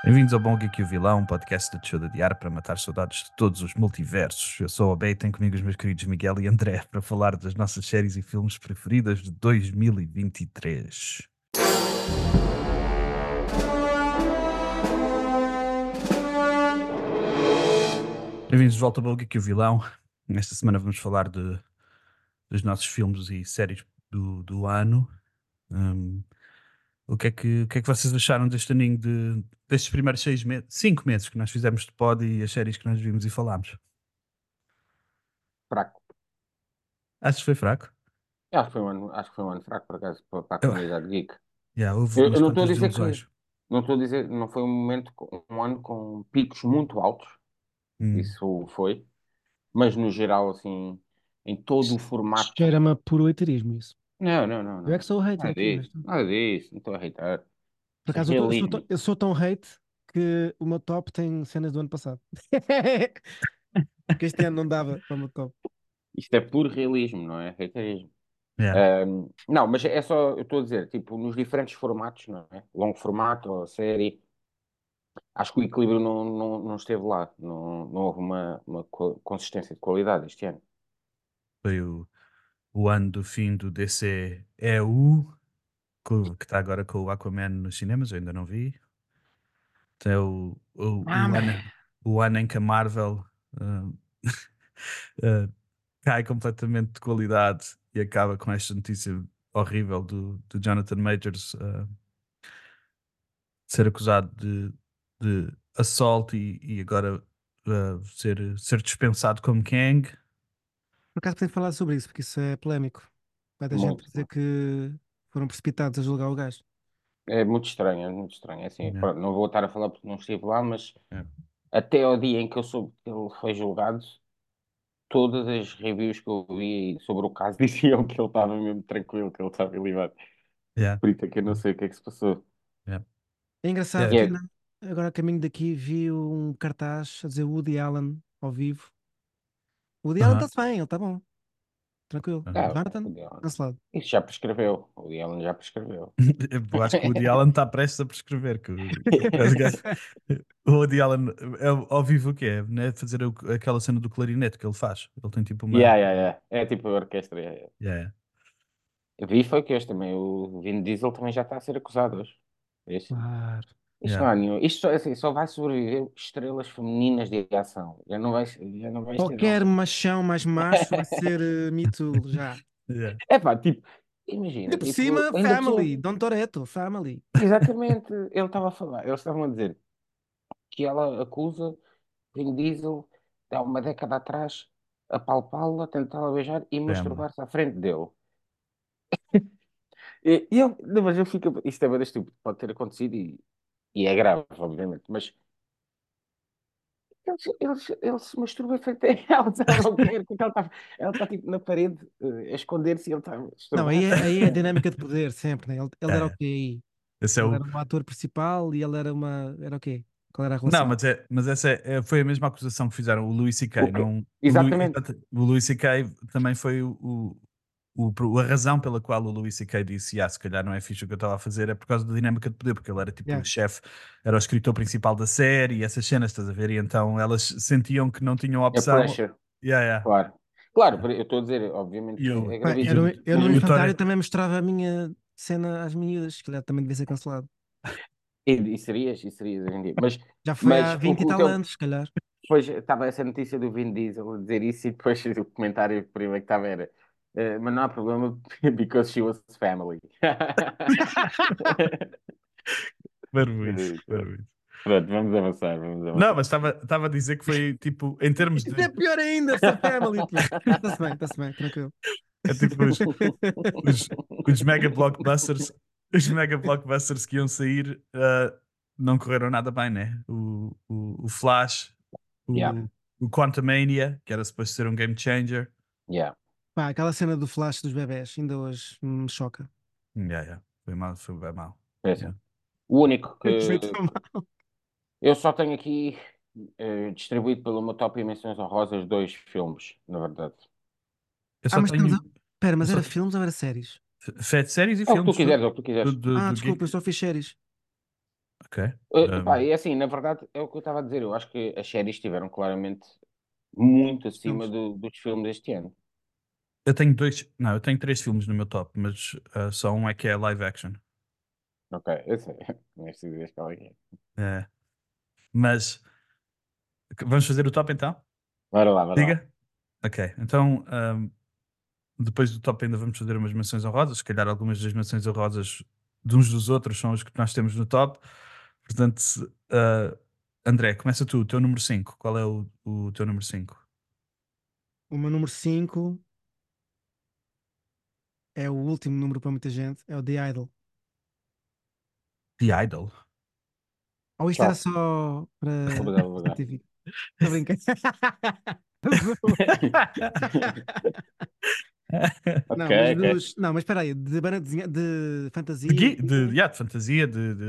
Bem-vindos ao Bom Geek e o Vilão, um podcast de show de diário para matar saudades de todos os multiversos. Eu sou o Abé e tenho comigo os meus queridos Miguel e André para falar das nossas séries e filmes preferidas de 2023. Bem-vindos de volta ao Bom Geek e o Vilão. Esta semana vamos falar dos nossos filmes e séries do ano. Hum, o que é que vocês acharam deste aninho destes primeiros 6 meses, 5 meses que nós fizemos de pod e as séries que nós vimos e falámos? Fraco. Achas que foi fraco? Acho que foi um ano fraco, por acaso, para a Eu, comunidade geek. yeah, houve Eu umas não estou a quantas dizer que. desilusões. Não estou a dizer. Não foi um ano com picos muito altos. Hum. Isso foi. Mas no geral, assim, em todo o formato. Cheira-me a puro haterismo isso. Não, não, não, Eu é que não. sou o hater Nada aqui, disso. honesto. Nada disso. Não estou a irritar. Por Isso é acaso realismo. eu sou tão hate que o meu top tem cenas do ano passado. Porque este ano não dava para o meu top. Isto é puro realismo, não é? Realismo. Yeah. Não, mas é só. Eu estou a dizer, tipo, nos diferentes formatos, não é? Longo formato ou série. Acho que o equilíbrio não esteve lá. Não houve uma consistência de qualidade este ano. Foi o ano do fim do DCEU, que está agora com o Aquaman nos cinemas, eu ainda não vi. Tem o ano em que a Marvel uh, uh, cai completamente de qualidade e acaba com esta notícia horrível do Jonathan Majors ser acusado de assalto e agora ser dispensado como Kang. Por acaso podem falar sobre isso, porque isso é polémico. Vai ter gente Muito. dizer que foram precipitados a julgar o gajo. É muito estranho, é muito estranho. É assim, Yeah, pronto, não vou estar a falar porque não estive lá, mas yeah, até ao dia em que eu soube que ele foi julgado, todas as reviews que eu vi sobre o caso diziam que ele estava mesmo tranquilo, que ele estava ilibado. yeah, Por isso é que eu não sei o que é que se passou. yeah, É engraçado yeah. E que é, ainda, agora a caminho daqui vi um cartaz a dizer Woody Allen ao vivo. O Woody Allen Aham, está-se bem, ele está bom, tranquilo. aham. Jonathan, cancelado. isso já prescreveu. O Dylan já prescreveu. Eu acho que o Woody Allen está prestes a prescrever. Esse gajo- o Woody Allen é ao vivo o que é? Né? Fazer aquela cena do clarinete que ele faz. Ele tem tipo uma. Yeah, yeah, yeah. É tipo a orquestra. Yeah, yeah. Yeah, Eu vi foi que hoje também o Vin Diesel também já está a ser acusado hoje. Isso, Claro. isto yeah. não há nenhum. Isto só, assim, só vai sobreviver estrelas femininas de ação. Já não vais ter Qualquer homens. machão mais macho vai ser Me Too, já. Yeah. É pá, tipo, Ainda imagina, por tipo, cima, ainda por cima, Family, Dom Toretto, Family. exatamente, ele estava a falar, eles estavam a dizer que ela acusa Vin Diesel de há uma década atrás a palpá-la, a tentá-la beijar e Family. masturbar-se à frente dele. E eu, não, mas eu fico, isto é bem estúpido, pode ter acontecido e é grave, obviamente, mas ele se masturba em frente a ela, ela não quer, porque ela está tipo na parede a esconder-se e ele está a Não, masturbar-se. aí é a dinâmica de poder, sempre, né? Ele Yeah, era o yeah. quê aí? Esse é Ele o. era um ator principal e ele era uma. Era o quê? Qual era a Não, relação? mas essa foi a mesma acusação que fizeram o Louis O C.K. quê? Não, Exatamente. O Louis C.K. também foi a razão pela qual o Louis C.K. disse: se calhar não é fixe o que eu estava a fazer, é por causa da dinâmica de poder, porque ele era tipo Yeah. o chefe, era o escritor principal da série e essas cenas, estás a ver? E então elas sentiam que não tinham É opção. pressure, Yeah, yeah. claro. Claro, eu estou a dizer, obviamente E que o, é Bem, e o, gravíssimo. eu e no Mas, o infantário Torre. também mostrava a minha cena às miúdas, que ele também devia ser cancelado. e serias hoje em dia. Mas, Já foi há mas 20 e o tal teu, anos, se calhar. depois estava essa notícia do Vin Diesel a dizer isso e depois o comentário primeiro que estava era mas não há problema because she was family. Barbuíce, barbuíce. Pronto, vamos avançar, vamos Não, avançar. mas estava a dizer que foi tipo, em termos Isso é de. pior ainda, ser family, pô. Está-se bem, tranquilo. É tipo os, os mega blockbusters, os mega blockbusters que iam sair não correram nada bem, né? O Flash, Yeah, o Quantumania, que era suposto ser um game changer. yeah. Pá, aquela cena do flash dos bebés, ainda hoje me choca. Yeah, yeah. Foi mal, foi bem mal. Péssimo. Yeah. O único Foi que tão mal. eu só tenho aqui distribuído pelo meu top e menções honrosas dois filmes, na verdade. Eu Ah, só mas estamos a. tenho Pera, eu mas só, era filmes ou era séries? séries e É o que tu filmes quiseres, é o que tu quiseres. Ah, do desculpa, eu Geek. só fiz séries. Ok. Pá, Um, e assim, na verdade, é o que eu estava a dizer. Eu acho que as séries estiveram claramente muito Os acima filmes. dos filmes este ano. eu tenho dois. Não, eu tenho três filmes no meu top, mas só um é que é live action. Ok, eu sei. Neste dias qual é que é. É, mas vamos fazer o top então? Bora lá, bora lá. Diga? Ok, então depois do top ainda vamos fazer umas menções honrosas. Se calhar algumas das menções honrosas de uns dos outros são os que nós temos no top. Portanto, André, começa tu, o teu número 5. Qual é o teu número 5? O meu número 5 é o último número para muita gente, é o The Idol. The Idol. Ou isto era Tchau. só Vou para bazar, vou bazar. científico? Estou a brincar. Azul. Ok. Não, mas dos. Não, mas espera aí, de banda de fantasia, de Disney. Yeah, de fantasia,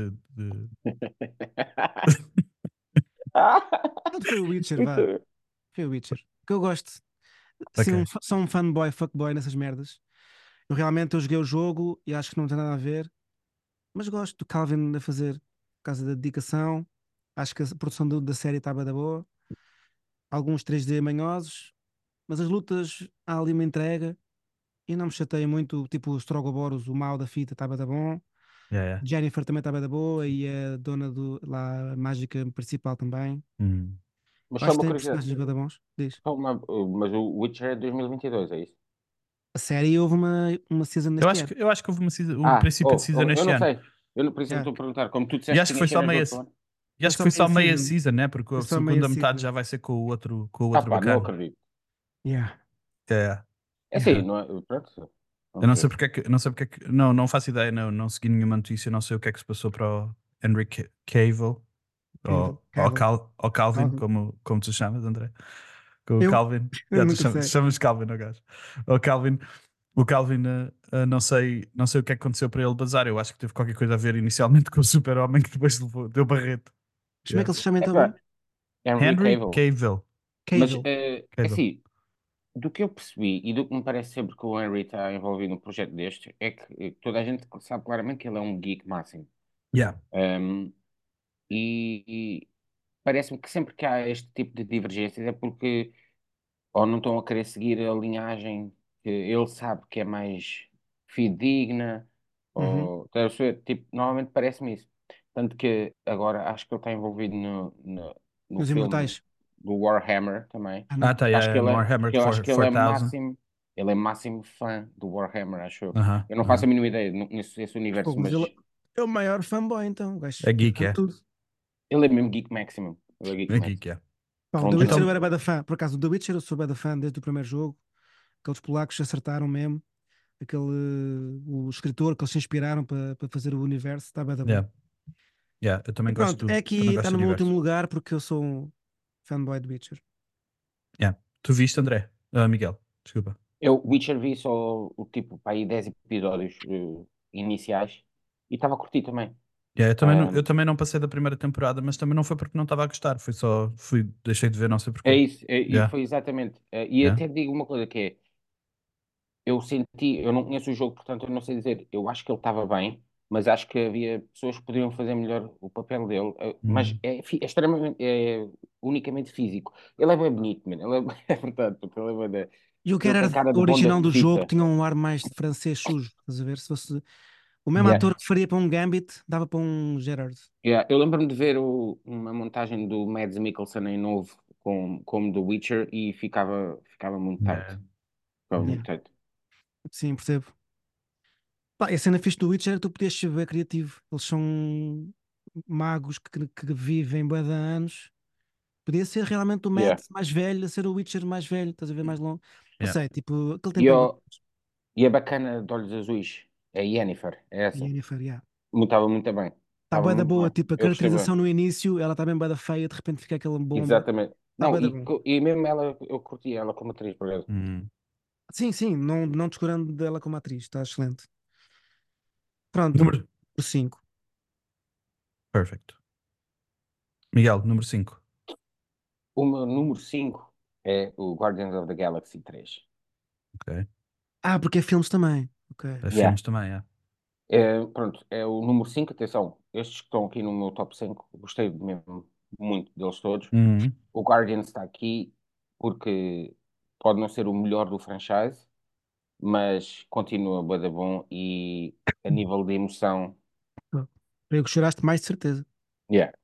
Tanto foi o Witcher, vá. Muito. Foi o Witcher. Que eu gosto. Sim, Ok. sou um fanboy, fuckboy nessas merdas. Eu joguei o jogo e acho que não tem nada a ver, mas gosto do Calvin a fazer, por causa da dedicação. Acho que a produção da série estava da boa. Alguns 3D manhosos, mas as lutas há ali uma entrega e não me chateia muito. Tipo, o Strogoboros, o mal da fita, estava da bom. Yeah, yeah. Jennifer também estava da boa e a dona do, lá, a mágica principal também. Mas Eu só acho que uma tem curiosidade. personagens bada bons. Diz. Mas o Witcher é 2022, é isso? A série houve uma season neste ano. Eu acho que houve um princípio de season Eu este não ano. sei. Por isso eu Yeah. estou a perguntar. Como tu E disseste acho que que foi tinhas só cenas do meia, outro ano. e Foi acho que só foi meia só meia season. season, né? Porque Foi a só meia segunda metade season. já vai ser com o Ah outro pá, não bacana. acredito. Yeah. É, É assim, Yeah. não é? Pronto. eu Vamos não sei ver. porque é que, não sei porque é que, não faço ideia, não segui nenhuma notícia, não sei o que é que se passou para o Henry Cavill, Cavill. ou Calvin, Calvin. como tu chamas, André? Com o Eu? Calvin, Eu já tu nunca sei. chamas Calvin, ao gajo. O Calvin, o Calvin, não sei o que é que aconteceu para ele bazar. Eu acho que teve qualquer coisa a ver inicialmente com o Super-Homem que depois deu barreto. Mas como é que Yeah. ele se chama É então pá, mesmo? Henry Henry Cavill. Cavill. Mas, Cavill. é Cavill. assim, do que eu percebi e do que me parece sempre que o Henry está envolvido num projeto deste, é que toda a gente sabe claramente que ele é um geek máximo. Yeah. Um, e parece-me que sempre que há este tipo de divergências é porque ou não estão a querer seguir a linhagem que ele sabe que é mais fidedigna, Uhum. ou estás a perceber? Tipo, normalmente parece-me isso. Tanto que agora acho que ele está envolvido no Nos filme Imortais. do Warhammer também. Ah, Ah, não. tá, Acho que yeah, ele no é, Warhammer que eu acho que ele é 4000. máximo fã do Warhammer, acho eu. Aham, Eu não faço aham. a mínima ideia, não conheço esse universo, Fogo, mas ele mas é o maior fanboy então. O gajo É geek, sabe é. tudo. ele é mesmo geek maximum. Ele é geek É maximum. geek, é. Pá, o The Onde Witcher eu Então, era bué da fã. Por acaso, o The Witcher eu sou bué da fã desde o primeiro jogo. Aqueles polacos acertaram mesmo. O escritor que eles se inspiraram para fazer o universo. Está bué da bom. yeah, yeah, eu E pronto, é também aqui, está gosto no do meu último universo. lugar porque eu sou um fanboy de Witcher. Yeah. Tu viste, André? Miguel, desculpa. Eu, Witcher, vi só o tipo, pá, aí 10 episódios iniciais e estava a curtir também. Yeah, Ahm, eu também não passei da primeira temporada, mas também não foi porque não estava a gostar, deixei de ver, não sei é porquê. isso, e Yeah, foi exatamente. E yeah. até digo uma coisa que é, eu não conheço o jogo, portanto eu não sei dizer, eu acho que ele estava bem, mas acho que havia pessoas que poderiam fazer melhor o papel dele, mas Hum. é extremamente, é unicamente físico. Ele é bem bonito, mano, ele é, é verdade, porque E o que ele era tem cara o de bom da original do jogo fita. tinha um ar mais de francês sujo. Estás a ver? Se fosse o mesmo ator Yeah. que faria para um Gambit, dava para um Gerard. Yeah, eu lembro-me de ver uma montagem do Mads Mikkelsen em novo como The Witcher e ficava muito Yeah. tight. Ficava Yeah. muito tight. Sim, percebo. Pá, e a cena fixe do Witcher é que tu podias ser bem criativo. Eles são magos que vivem bué de anos. Podia ser realmente o Yeah. Matt mais velho a ser o Witcher mais velho, estás a ver mais longo. Não Yeah. sei, tipo, aquele E, tempo é bom. e a bacana de Olhos Azuis, é a Yennefer, é E essa. Yennefer, yeah. Estava muito bem. Está Estava bué da muito boa, bem. tipo, a Eu gostei bem. caracterização no início, ela está bem bué da feia, de repente fica aquela bomba. Exatamente. Está Não, bué da bom. e mesmo ela, eu curti ela como atriz, por exemplo. Hum. Sim, sim, não descurando dela como atriz, está excelente. Pronto, Número. por 5. Perfect. Miguel, número 5. O meu número 5 é o Guardians of the Galaxy 3. Ok. Ah, porque é filmes também. Ok. É Yeah. filmes também, é. Pronto, é o número 5 atenção. estes que estão aqui no meu top 5 gostei mesmo muito deles todos. Uhum. O Guardians está aqui porque pode não ser o melhor do franchise, mas continua bué da bom e a nível de emoção, Foi o que choraste mais de certeza. yeah,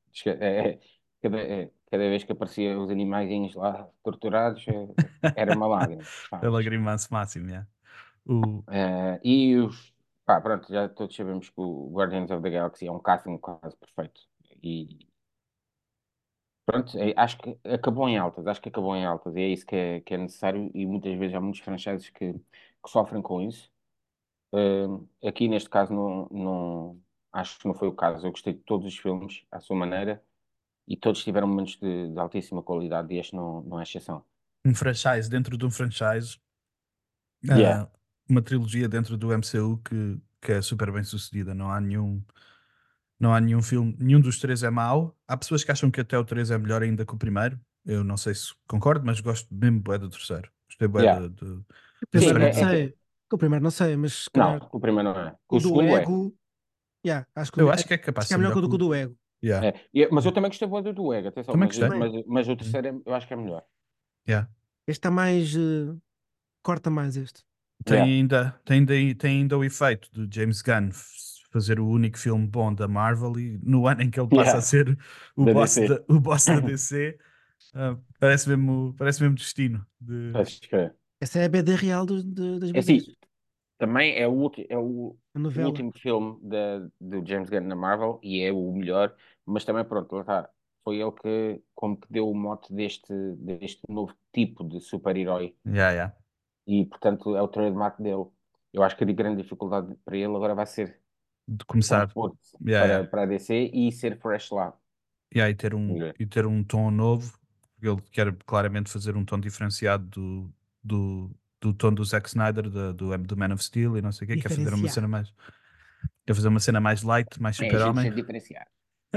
cada vez que apareciam os animaizinhos lá torturados, era uma lágrima. Pá, A mas, lagrimança máximo, yeah. O, e os, pá, pronto, já todos sabemos que o Guardians of the Galaxy é um casting quase perfeito. E pronto, acho que acabou em altas, acho que acabou em altas, e é isso que é necessário, e muitas vezes há muitos franchises que sofrem com isso. Aqui neste caso acho que não foi o caso. Eu gostei de todos os filmes à sua maneira e todos tiveram momentos de altíssima qualidade e este não é exceção. um franchise dentro de um franchise, Yeah, ah, uma trilogia dentro do MCU que é super bem sucedida. Não há nenhum filme, nenhum dos três é mau. Há pessoas que acham que até o 3 é melhor ainda que o primeiro. Eu não sei se concordo, mas gosto mesmo bué do terceiro. Gostei bué yeah. O desse Sim, primeiro não triplo. sei. O primeiro não sei, mas se não, calhar o primeiro não é. o O do segundo é. Ego. Yeah, Eu acho que é capaz acho de que é ser melhor melhor que que o o. do Ego. Yeah. Mas eu também gostei muito do Ego, atenção, Também mas, gostei. mas o Uhum. terceiro eu acho que é melhor. Yeah. Este está mais. Corta mais este. Yeah, Tem ainda o efeito de James Gunn fazer o único filme bom da Marvel e no ano em que ele passa a yeah, ser da DC. o boss da DC, parece mesmo destino. Acho que é. Essa é a BD real das É assim, BDs. também é o A novela. último filme do James Gunn na Marvel e é o melhor, mas também pronto, lá está. Foi ele que como que deu o mote deste novo tipo de super-herói Yeah, yeah. e portanto é o trademark dele. Eu acho que a grande dificuldade para ele agora vai ser De começar. transpor-se Yeah, para, yeah. para a DC e ser fresh lá. Yeah, Vamos ver. e ter um tom novo, porque ele quer claramente fazer um tom diferenciado do, do tom do Zack Snyder, do Man of Steel e não sei o quê, Diferenciado. quer fazer uma cena mais light, mais É a gente super-homem. ser diferenciado.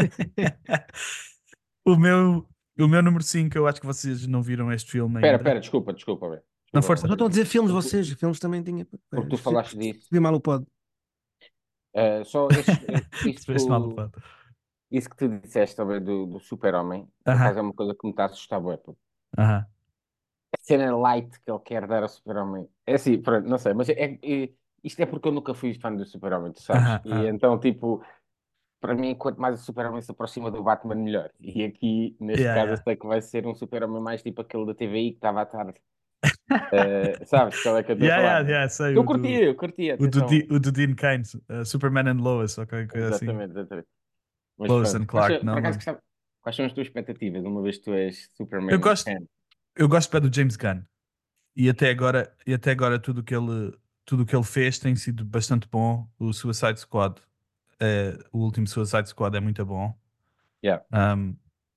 O meu, o meu número 5 eu acho que vocês não viram este filme Espera, ainda. espera, desculpa, velho. Na Desculpa, força, Eu só estou a dizer filmes, porque vocês. Filmes também tinha. tu falaste disso. Percebi mal o pod. Só percebeste mal o fato. isso que tu disseste também do Super-Homem, por Aham, acaso é uma coisa que me está a assustar, bué, pô. aham, A cena light que ele quer dar ao Super-Homem. É assim, pronto, não sei, mas isto é porque eu nunca fui fã do Super-Homem, tu sabes? aham, E aham. então, tipo, para mim, quanto mais o Super-Homem se aproxima do Batman, melhor. E aqui, neste Yeah, caso, eu yeah. sei que vai ser um Super-Homem mais tipo aquele da TVI que estava à tarde. Sabes qual é que eu estou a Yeah, falar, yeah, não é? yeah, sei, Eu curtia, atenção. o do Dean Kane, Superman and Lois, ou qualquer coisa assim. Exatamente, exatamente. Mas Lois and pronto, Clark, por não acaso lembro. gostava. Quais são as tuas expectativas, uma vez que tu és Eu Superman gosto, fan? eu gosto bem do James Gunn. E até agora tudo o que ele fez tem sido bastante bom. O Suicide Squad, o último Suicide Squad é muito bom. Yeah. Um,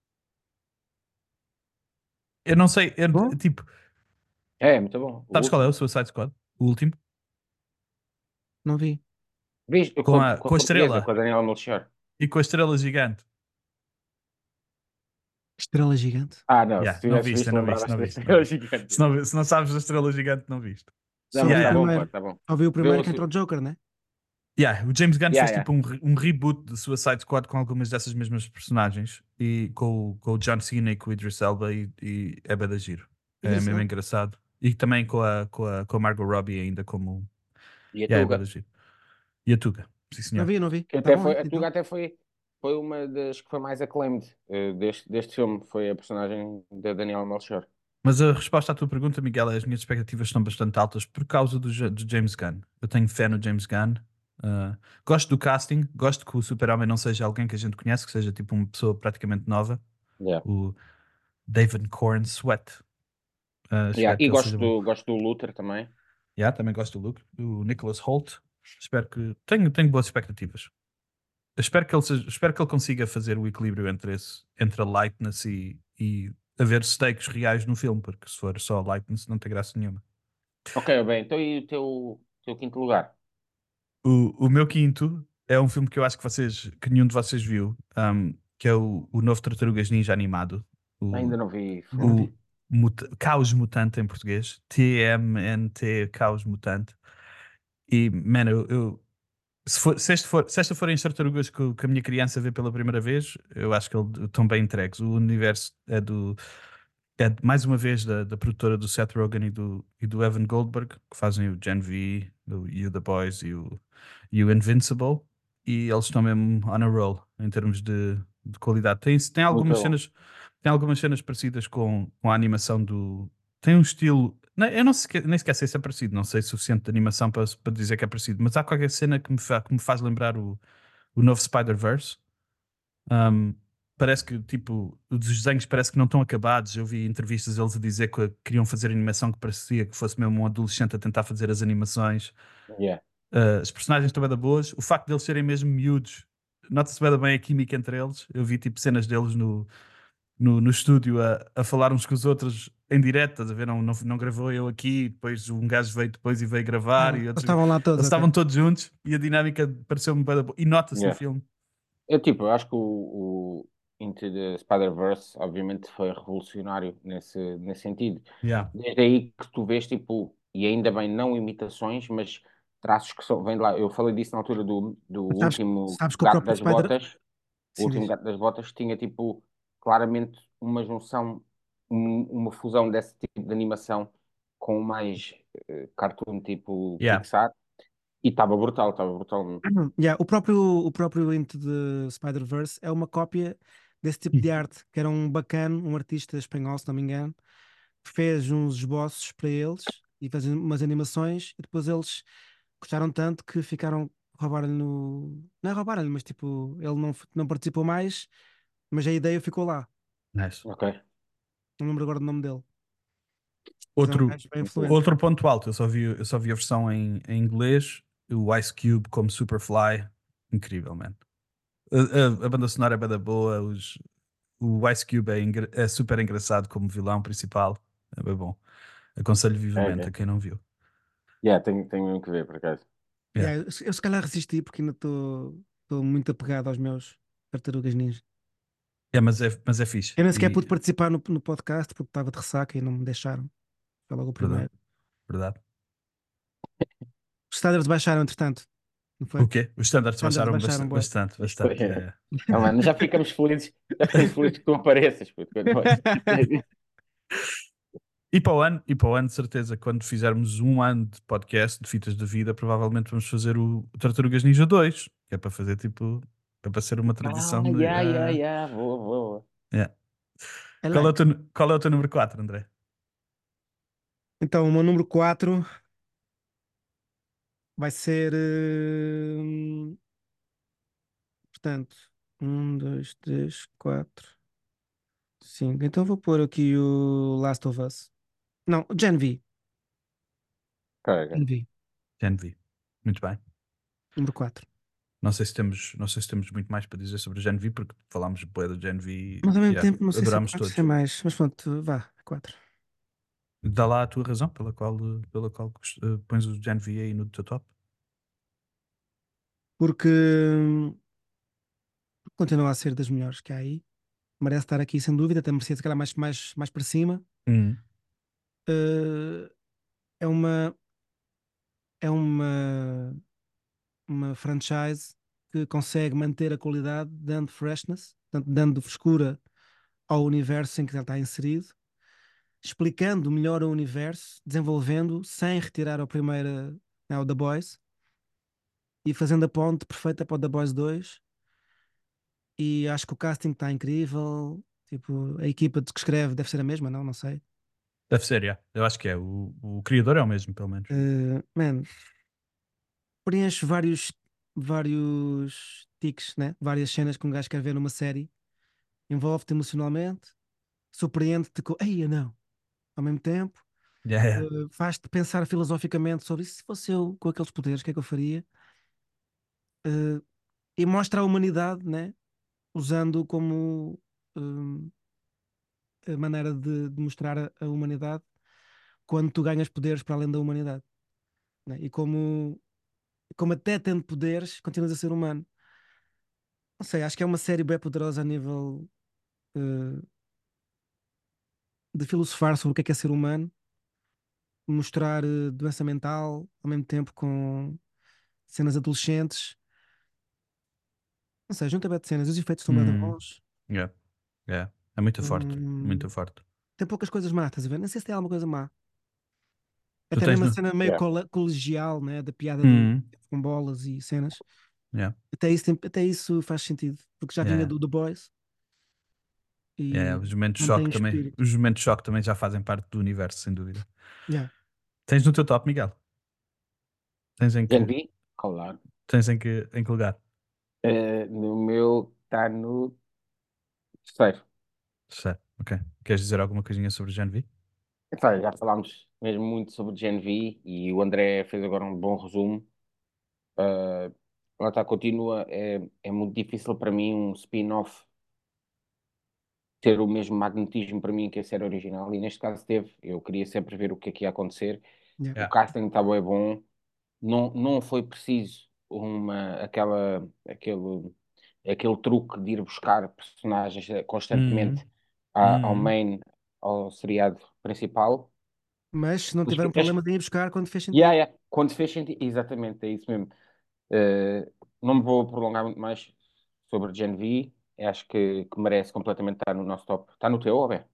eu não sei, Bom, tipo, É, muito bom. O sabes qual é o último. Suicide Squad? O último? não vi. Viste? Com Com a, a, com a com a portuguesa, com estrela. a Daniela Melchior. E com a estrela gigante. Estrela Gigante. Ah, não, se Yeah, não tivesse viste, visto, não viste, lembravas não da viste, não estrela viste. gigante. Se não sabes da estrela gigante, não viste. Não, Só mas vi o Yeah, está yeah. bom, pô, primeiro. está bom. Só vi o Vê primeiro que entrou o Joker, né? Yeah, o James Gunn Yeah, fez yeah. tipo um reboot de Suicide Squad com algumas dessas mesmas personagens e com o John Cena e com o Idris Elba e é bué da giro. É mesmo Engraçado. engraçado. E também com a Margot Robbie ainda como. E a Yeah, é bué Tuga? da giro. E a Tuga, sim Não senhor. vi, não vi. Que Tá até bom, foi, a Tuga então. até foi uma das que foi mais acclaimed deste filme. Foi a personagem da Daniela Melchior. Mas a resposta à tua pergunta, Miguel, é as minhas expectativas estão bastante altas por causa do James Gunn. Eu tenho fé no James Gunn. Gosto do casting, gosto que o Super-Homem não seja alguém que a gente conhece, que seja tipo uma pessoa praticamente nova. Yeah. O David Corn Sweat. Yeah. Espero E que ele seja gosto bom. gosto do Luther também. Yeah, também gosto do Luke, do Nicholas Hoult. Espero que. Tenho boas expectativas. Espero que ele consiga fazer o equilíbrio entre a lightness e haver stakes reais no filme, porque se for só lightness não tem graça nenhuma. Ok, bem, então e o teu quinto lugar? O meu quinto é um filme que eu acho que nenhum de vocês viu, que é o novo Tartarugas Ninja animado, o, Ainda não vi. Ainda não Fogo. o vi. Caos Mutante em português, TMNT Caos Mutante. E, man, eu Se esta forem as tartarugas que a minha criança vê pela primeira vez, eu acho que estão bem entregues. O universo mais uma vez da produtora do Seth Rogen e do Evan Goldberg, que fazem o Gen V, e o The Boys e o Invincible, e eles estão mesmo on a roll em termos de qualidade. Tem Muito algumas bom. cenas, tem algumas cenas parecidas com a animação do. Tem um estilo. Eu não nem sequer sei se é parecido, não sei o suficiente de animação para dizer que é parecido, mas há qualquer cena que me faz lembrar o novo Spider-Verse. Um, Parece que, tipo, os desenhos parece que não estão acabados. Eu vi entrevistas deles a dizer que queriam fazer animação que parecia que fosse mesmo um adolescente a tentar fazer as animações. Yeah. As personagens estão bem da boas. O facto de eles serem mesmo miúdos, nota-se bem a química entre eles. Eu vi, tipo, cenas deles no estúdio a falar uns com os outros em direto, estás a ver? Não gravou eu aqui, depois um gajo veio depois e veio Ah, gravar, e eles outros. estavam lá Eles todos, ok. estavam todos juntos e a dinâmica pareceu-me bem da boa. E nota-se no Yeah. filme. Eu acho que o Into the Spider-Verse, obviamente, foi revolucionário nesse sentido. Yeah. Desde aí que tu vês, tipo, e ainda bem, não imitações, mas traços que são, vem de lá. Eu falei disso na altura do Mas sabes, último sabes que o Gato próprio das Spider. Botas. O Sim, último diz. Gato das Botas tinha, tipo, claramente uma junção, uma fusão desse tipo de animação com mais cartoon, tipo Yeah. Pixar, e estava brutal mesmo. Yeah, o próprio Into the Spider-Verse é uma cópia desse tipo de arte, que era um bacana, um artista espanhol, se não me engano, que fez uns esboços para eles e fez umas animações e depois eles gostaram tanto que ficaram roubaram-lhe no. Não é roubaram-lhe, mas tipo, ele não participou mais, mas a ideia ficou lá. Nice. Ok. Não lembro agora do nome dele. Mas é um Outro, gajo bem influente. outro ponto alto, eu só vi a versão em inglês, o Ice Cube como Superfly, incrível, man. A banda sonora é bem da boa, o Ice Cube é super engraçado como vilão principal, é bem bom. Aconselho vivamente a Ok. quem não viu. Yeah, tenho mesmo que ver, por acaso. Yeah. Yeah, eu se calhar resisti porque ainda estou muito apegado aos meus tartarugas ninja. Yeah, mas é fixe. Eu nem sequer E, pude participar no podcast porque estava de ressaca e não me deixaram. Foi logo o verdade, primeiro. verdade. Os standards baixaram, entretanto, não O foi? quê? Os Os standards standards baixaram baixaram, bué. bastante, Isto bastante. é. Ah, mano, já ficamos felizes que tu apareças, puto, quando vais. E para o ano, de certeza, quando fizermos um ano de podcast, de fitas de vida, provavelmente vamos fazer o Tartarugas Ninja 2, que é para fazer tipo, é para ser uma Ah, tradição de. yeah, boa, boa. Yeah. I Qual é o like. teu, qual é o teu número 4, André? Então, o meu número 4 vai ser. Portanto, um, dois, três, quatro, cinco. Então vou pôr aqui o Last of Us. Não, Gen V. Ok, ok. Gen V, Gen V. Muito bem. número 4. Não sei se temos muito mais para dizer sobre o Gen V, porque falámos bué do Gen V Mas ao e mesmo yeah, tempo, não sei se eu adorámos gosto de ser todos. mais. Mas pronto, vá, 4. Dá lá a tua razão pela qual pões o Gen V aí no teu top. Porque continua a ser das melhores que há aí. Merece estar aqui sem dúvida, até merecia se calhar mais para cima. Hum. Eh, é uma, é uma franchise que consegue manter a qualidade, dando freshness, portanto, dando frescura ao universo em que ele está inserido, explicando melhor o universo, desenvolvendo sem retirar a primeira, né, o The Boys, e fazendo a ponte perfeita para o The Boys 2. E acho que o casting está incrível. Tipo, a equipa que escreve deve ser a mesma, não? Não sei. Deve ser, yeah. Eu acho que é. O criador é o mesmo, pelo menos. Man, preenche vários tiques, né? Várias cenas que um gajo quer ver numa série. Envolve-te emocionalmente, surpreende-te com, eia, não, ao mesmo tempo. Yeah, yeah. Faz-te pensar filosoficamente sobre isso. Se fosse eu com aqueles poderes, o que é que eu faria? Eh, e mostra a humanidade, né? Usando como a maneira de mostrar a humanidade quando tu ganhas poderes para além da humanidade, né? E como até tendo poderes, continuas a ser humano. Não sei, acho que é uma série bem poderosa a nível eh, de filosofar sobre o que é ser humano, mostrar doença mental ao mesmo tempo com cenas adolescentes. Não sei, junta bem de cenas, os efeitos estão bem Hum, bons. yeah, yeah. É muito forte, Hum, muito forte. tem poucas coisas má, estás a ver? Nem sei se tem alguma coisa má. Tu Até tens mesmo a no. cena meio Yeah. colegial, né? Da piada do Hum, com bolas e cenas. yeah, Até isso faz sentido, porque já vinha yeah, do The Boys yeah. e Os momentos de mantém choque o também. espírito. Os momentos de choque também já fazem parte do universo, sem dúvida. Yeah. Tens no teu top, Miguel? Tens em Gen que, V? Claro. tens em que lugar? No meu está no terceiro. Certo, ok. Queres dizer alguma coisinha sobre Gen V? Epá, já falámos mesmo muito sobre Gen V e o André fez agora um bom resumo. Lá está, continua. É muito difícil para mim um spin-off ter o mesmo magnetismo para mim que a série original, e neste caso teve. Eu queria sempre ver o que é que ia acontecer. Yeah. O Yeah. casting estava bom, não foi preciso aquele truque de ir buscar personagens Uhum, constantemente ao uhum. main, ao seriado principal. Mas se não Mas, tiveram problema de ir buscar quando fez yeah, sentido. yeah, quando fez sentido, exatamente, é isso mesmo. Não me vou prolongar muito mais sobre Gen V. Acho que merece completamente estar no nosso top. Está no teu, ou bem?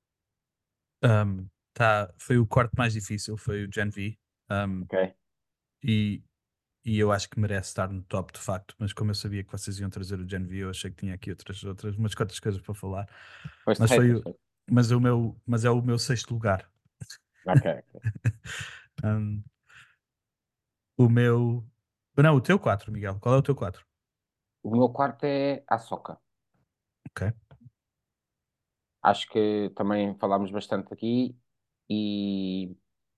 Foi o corte mais difícil, foi o Gen V. Um, Ok. e, e eu acho que merece estar no top de facto, mas como eu sabia que vocês iam trazer o Gen V, eu achei que tinha aqui umas quantas coisas para falar. Foste Mas rei, foi foste o, rei. mas é o meu sexto lugar. Ok, ok. Um, o meu. Não, o teu 4, Miguel. Qual é o teu 4? O meu quarto é a Soca. Ok. Acho que também falámos bastante aqui e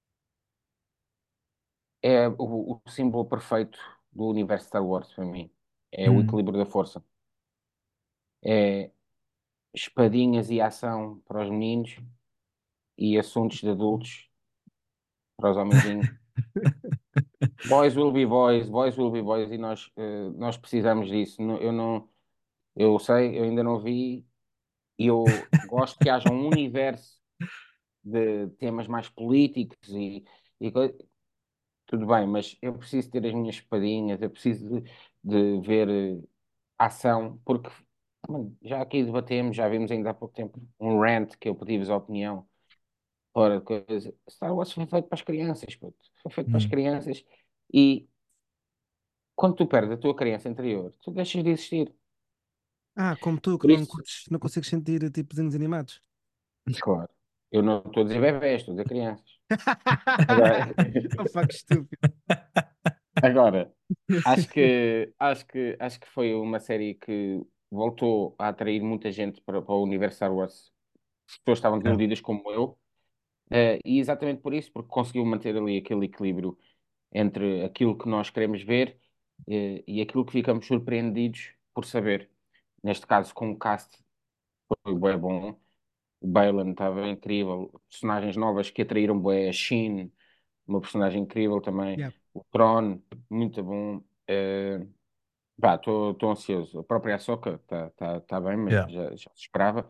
é o símbolo perfeito do universo Star Wars para mim. É o Hum. equilíbrio da força. É espadinhas e ação para os meninos e assuntos de adultos para os homenzinhos. Boys will be boys, boys will be boys, e nós precisamos disso. Eu não, eu sei, eu ainda não vi, e eu gosto que haja um universo de temas mais políticos e tudo bem, mas eu preciso ter as minhas espadinhas, eu preciso de ver ação, porque mano, já aqui debatemos, já vimos ainda há pouco tempo um rant que eu pedi-vos a opinião. Ora, coisa, Star Wars foi feito para as crianças, puto. Foi feito para as Hum. crianças e quando tu perdes a tua criança interior, tu deixas de existir. Ah, como tu, que Por não isso, curtes, não consegues sentir tipo desenhos animados. claro, eu não estou a dizer bebés, estou a dizer crianças. Agora, Opa, que estúpido. agora acho que foi uma série que voltou a atrair muita gente para o universo Star Wars. As pessoas estavam Yeah. desiludidas como eu, e exatamente por isso, porque conseguiu manter ali aquele equilíbrio entre aquilo que nós queremos ver, e aquilo que ficamos surpreendidos por saber. Neste caso, com o cast foi bué bom. O Baylan estava incrível. Personagens novas que atraíram bué. A Shin, uma personagem incrível também. Yeah. O Tron, muito bom. Estou ansioso. A própria Ahsoka está bem, mas Yeah. já se esperava.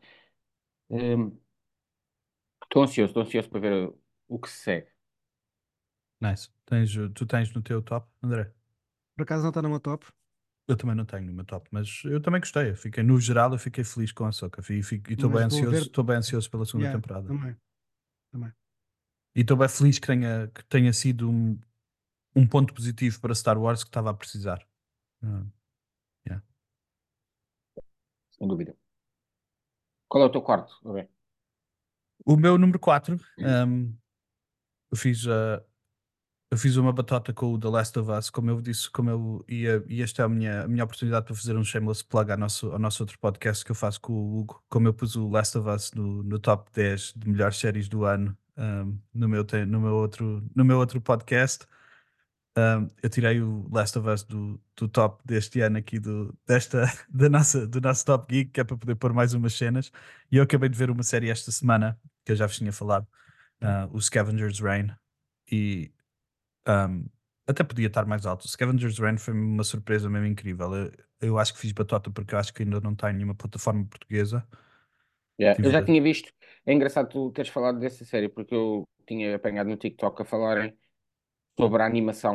Estou ansioso para ver o que se segue. Nice. Tu tens no teu top, André? Por acaso não está no meu top, Eu também não tenho no meu top, mas eu também gostei. No geral, eu fiquei feliz com a Soca e mas vou ver. estou bem ansioso pela segunda Yeah, temporada. também, também. E estou bem feliz que tenha sido um ponto positivo para Star Wars que estava a precisar. Ah, yeah. Sem dúvida. Qual é o teu quarto? Ok. O meu número 4, eu fiz, eu fiz uma batota com o The Last of Us, como eu disse, e esta é a minha oportunidade para fazer um shameless plug ao nosso outro podcast que eu faço com o Hugo, como eu pus o Last of Us no top 10 de melhores séries do ano, no meu outro podcast. Eu tirei o Last of Us do top deste ano aqui do nosso Top Geek, que é para poder pôr mais umas cenas. E eu acabei de ver uma série esta semana, que eu já vos tinha falado, o Scavenger's Reign. E um, até podia estar mais alto. O Scavenger's Reign foi uma surpresa mesmo incrível. Eu acho que fiz batota porque eu acho que ainda não está em nenhuma plataforma portuguesa. Yeah, eu já Tive, tinha visto. É engraçado tu teres falado dessa série, porque eu tinha apanhado no TikTok a falarem sobre a animação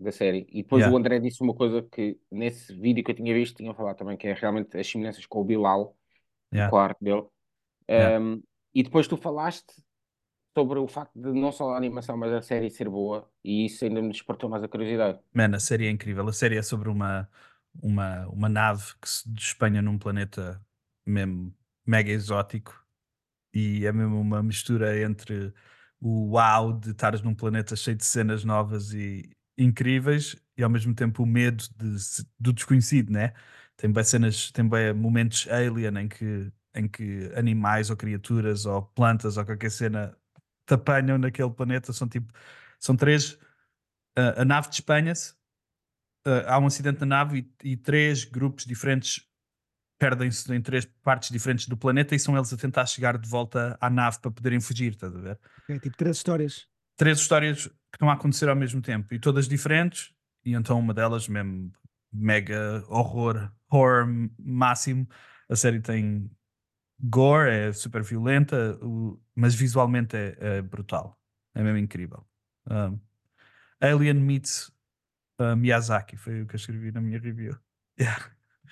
da série. E depois o Yeah, André disse uma coisa que nesse vídeo que eu tinha visto tinha a falar também, que é realmente as semelhanças com o Bilal e yeah, com a arte dele. yeah. Um, e depois tu falaste sobre o facto de não só a animação, mas a série ser boa, e isso ainda me despertou mais a curiosidade. Man, a série é incrível. A série é sobre uma nave que se despenha num planeta mesmo mega exótico e é mesmo uma mistura entre o uau de estares num planeta cheio de cenas novas e incríveis e ao mesmo tempo o medo do desconhecido, né? Tem bem cenas, tem bem momentos alien em que animais ou criaturas ou plantas ou qualquer cena te apanham naquele planeta. São três. A nave despenha-se, há um acidente na nave e três grupos diferentes perdem-se em três partes diferentes do planeta e são eles a tentar chegar de volta à nave para poderem fugir, estás a ver? É tipo 3 histórias. Três histórias que estão a acontecer ao mesmo tempo e todas diferentes, e então uma delas mesmo mega horror máximo. A série tem gore, é super violenta, mas visualmente é brutal. É mesmo incrível. Um, Alien meets Miyazaki, foi o que eu escrevi na minha review. Yeah.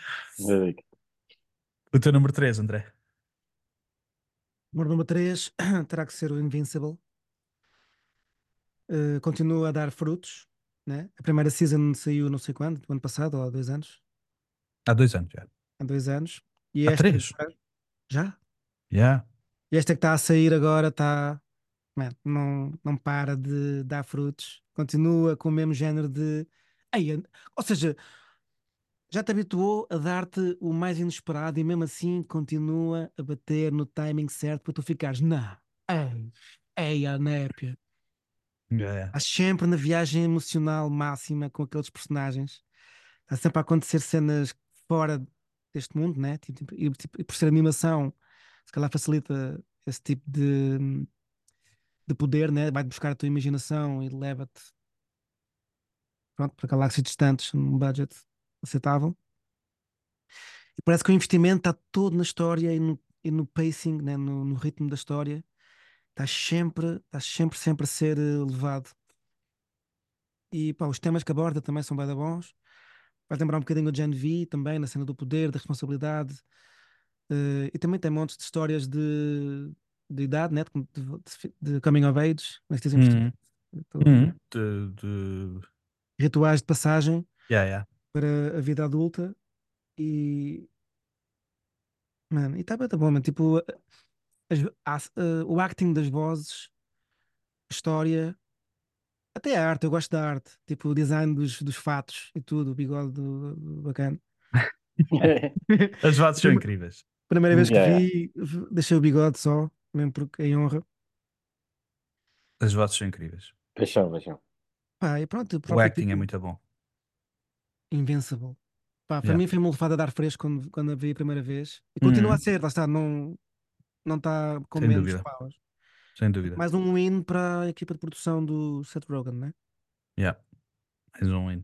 O teu número 3, André. Número número 3 terá que ser o Invincible. Continua a dar frutos, né? A primeira season saiu não sei quando, do ano passado ou há 2 anos. Há 2 anos já. Há 2 anos. E Há esta 3. agora, já? Yeah. E esta que está a sair agora está, man, não para de dar frutos. Continua com o mesmo género de. Ei, ou seja, já te habituou a dar-te o mais inesperado e mesmo assim continua a bater no timing certo para tu ficares, não, ei, a népia. Yeah, yeah. Estás sempre na viagem emocional máxima com aqueles personagens. Está sempre a acontecer cenas fora deste mundo, né? E por ser animação, se calhar facilita esse tipo de poder, né? Vai-te buscar a tua imaginação e leva-te, pronto, para galáxias distantes, num budget aceitável. E parece que o investimento está todo na história e no pacing, né? No ritmo da história. Estás sempre a ser levado. E pá, os temas que aborda também são bem bons. Vai lembrar um bocadinho o Gen V também, na cena do poder, da responsabilidade. E também tem montes de histórias de idade, né? De coming of age, como é que se diz em português? Uhum. Então, Uhum. rituais de passagem Yeah, yeah. para a vida adulta. E, mano, e está bem, tá bom, mano. Tipo, o acting das vozes, a história, até a arte, eu gosto da arte. Tipo, o design dos fatos e tudo, o bigode bacana. As vozes são Prime- incríveis. Primeira vez que Yeah. vi, deixei o bigode só, mesmo porque em honra. As vozes são incríveis. Paixão, paixão. Pá, e pronto, o O próprio acting é título, muito bom. Invincible. Pá, para Yeah. mim foi uma lufada de ar fresco quando a vi a primeira vez. E continua a Uhum. ser, lá está, não está com Sem menos dúvida. paus. Sem dúvida. Mais um win para a equipa de produção do Seth Rogen, né? Yeah. Mais um win.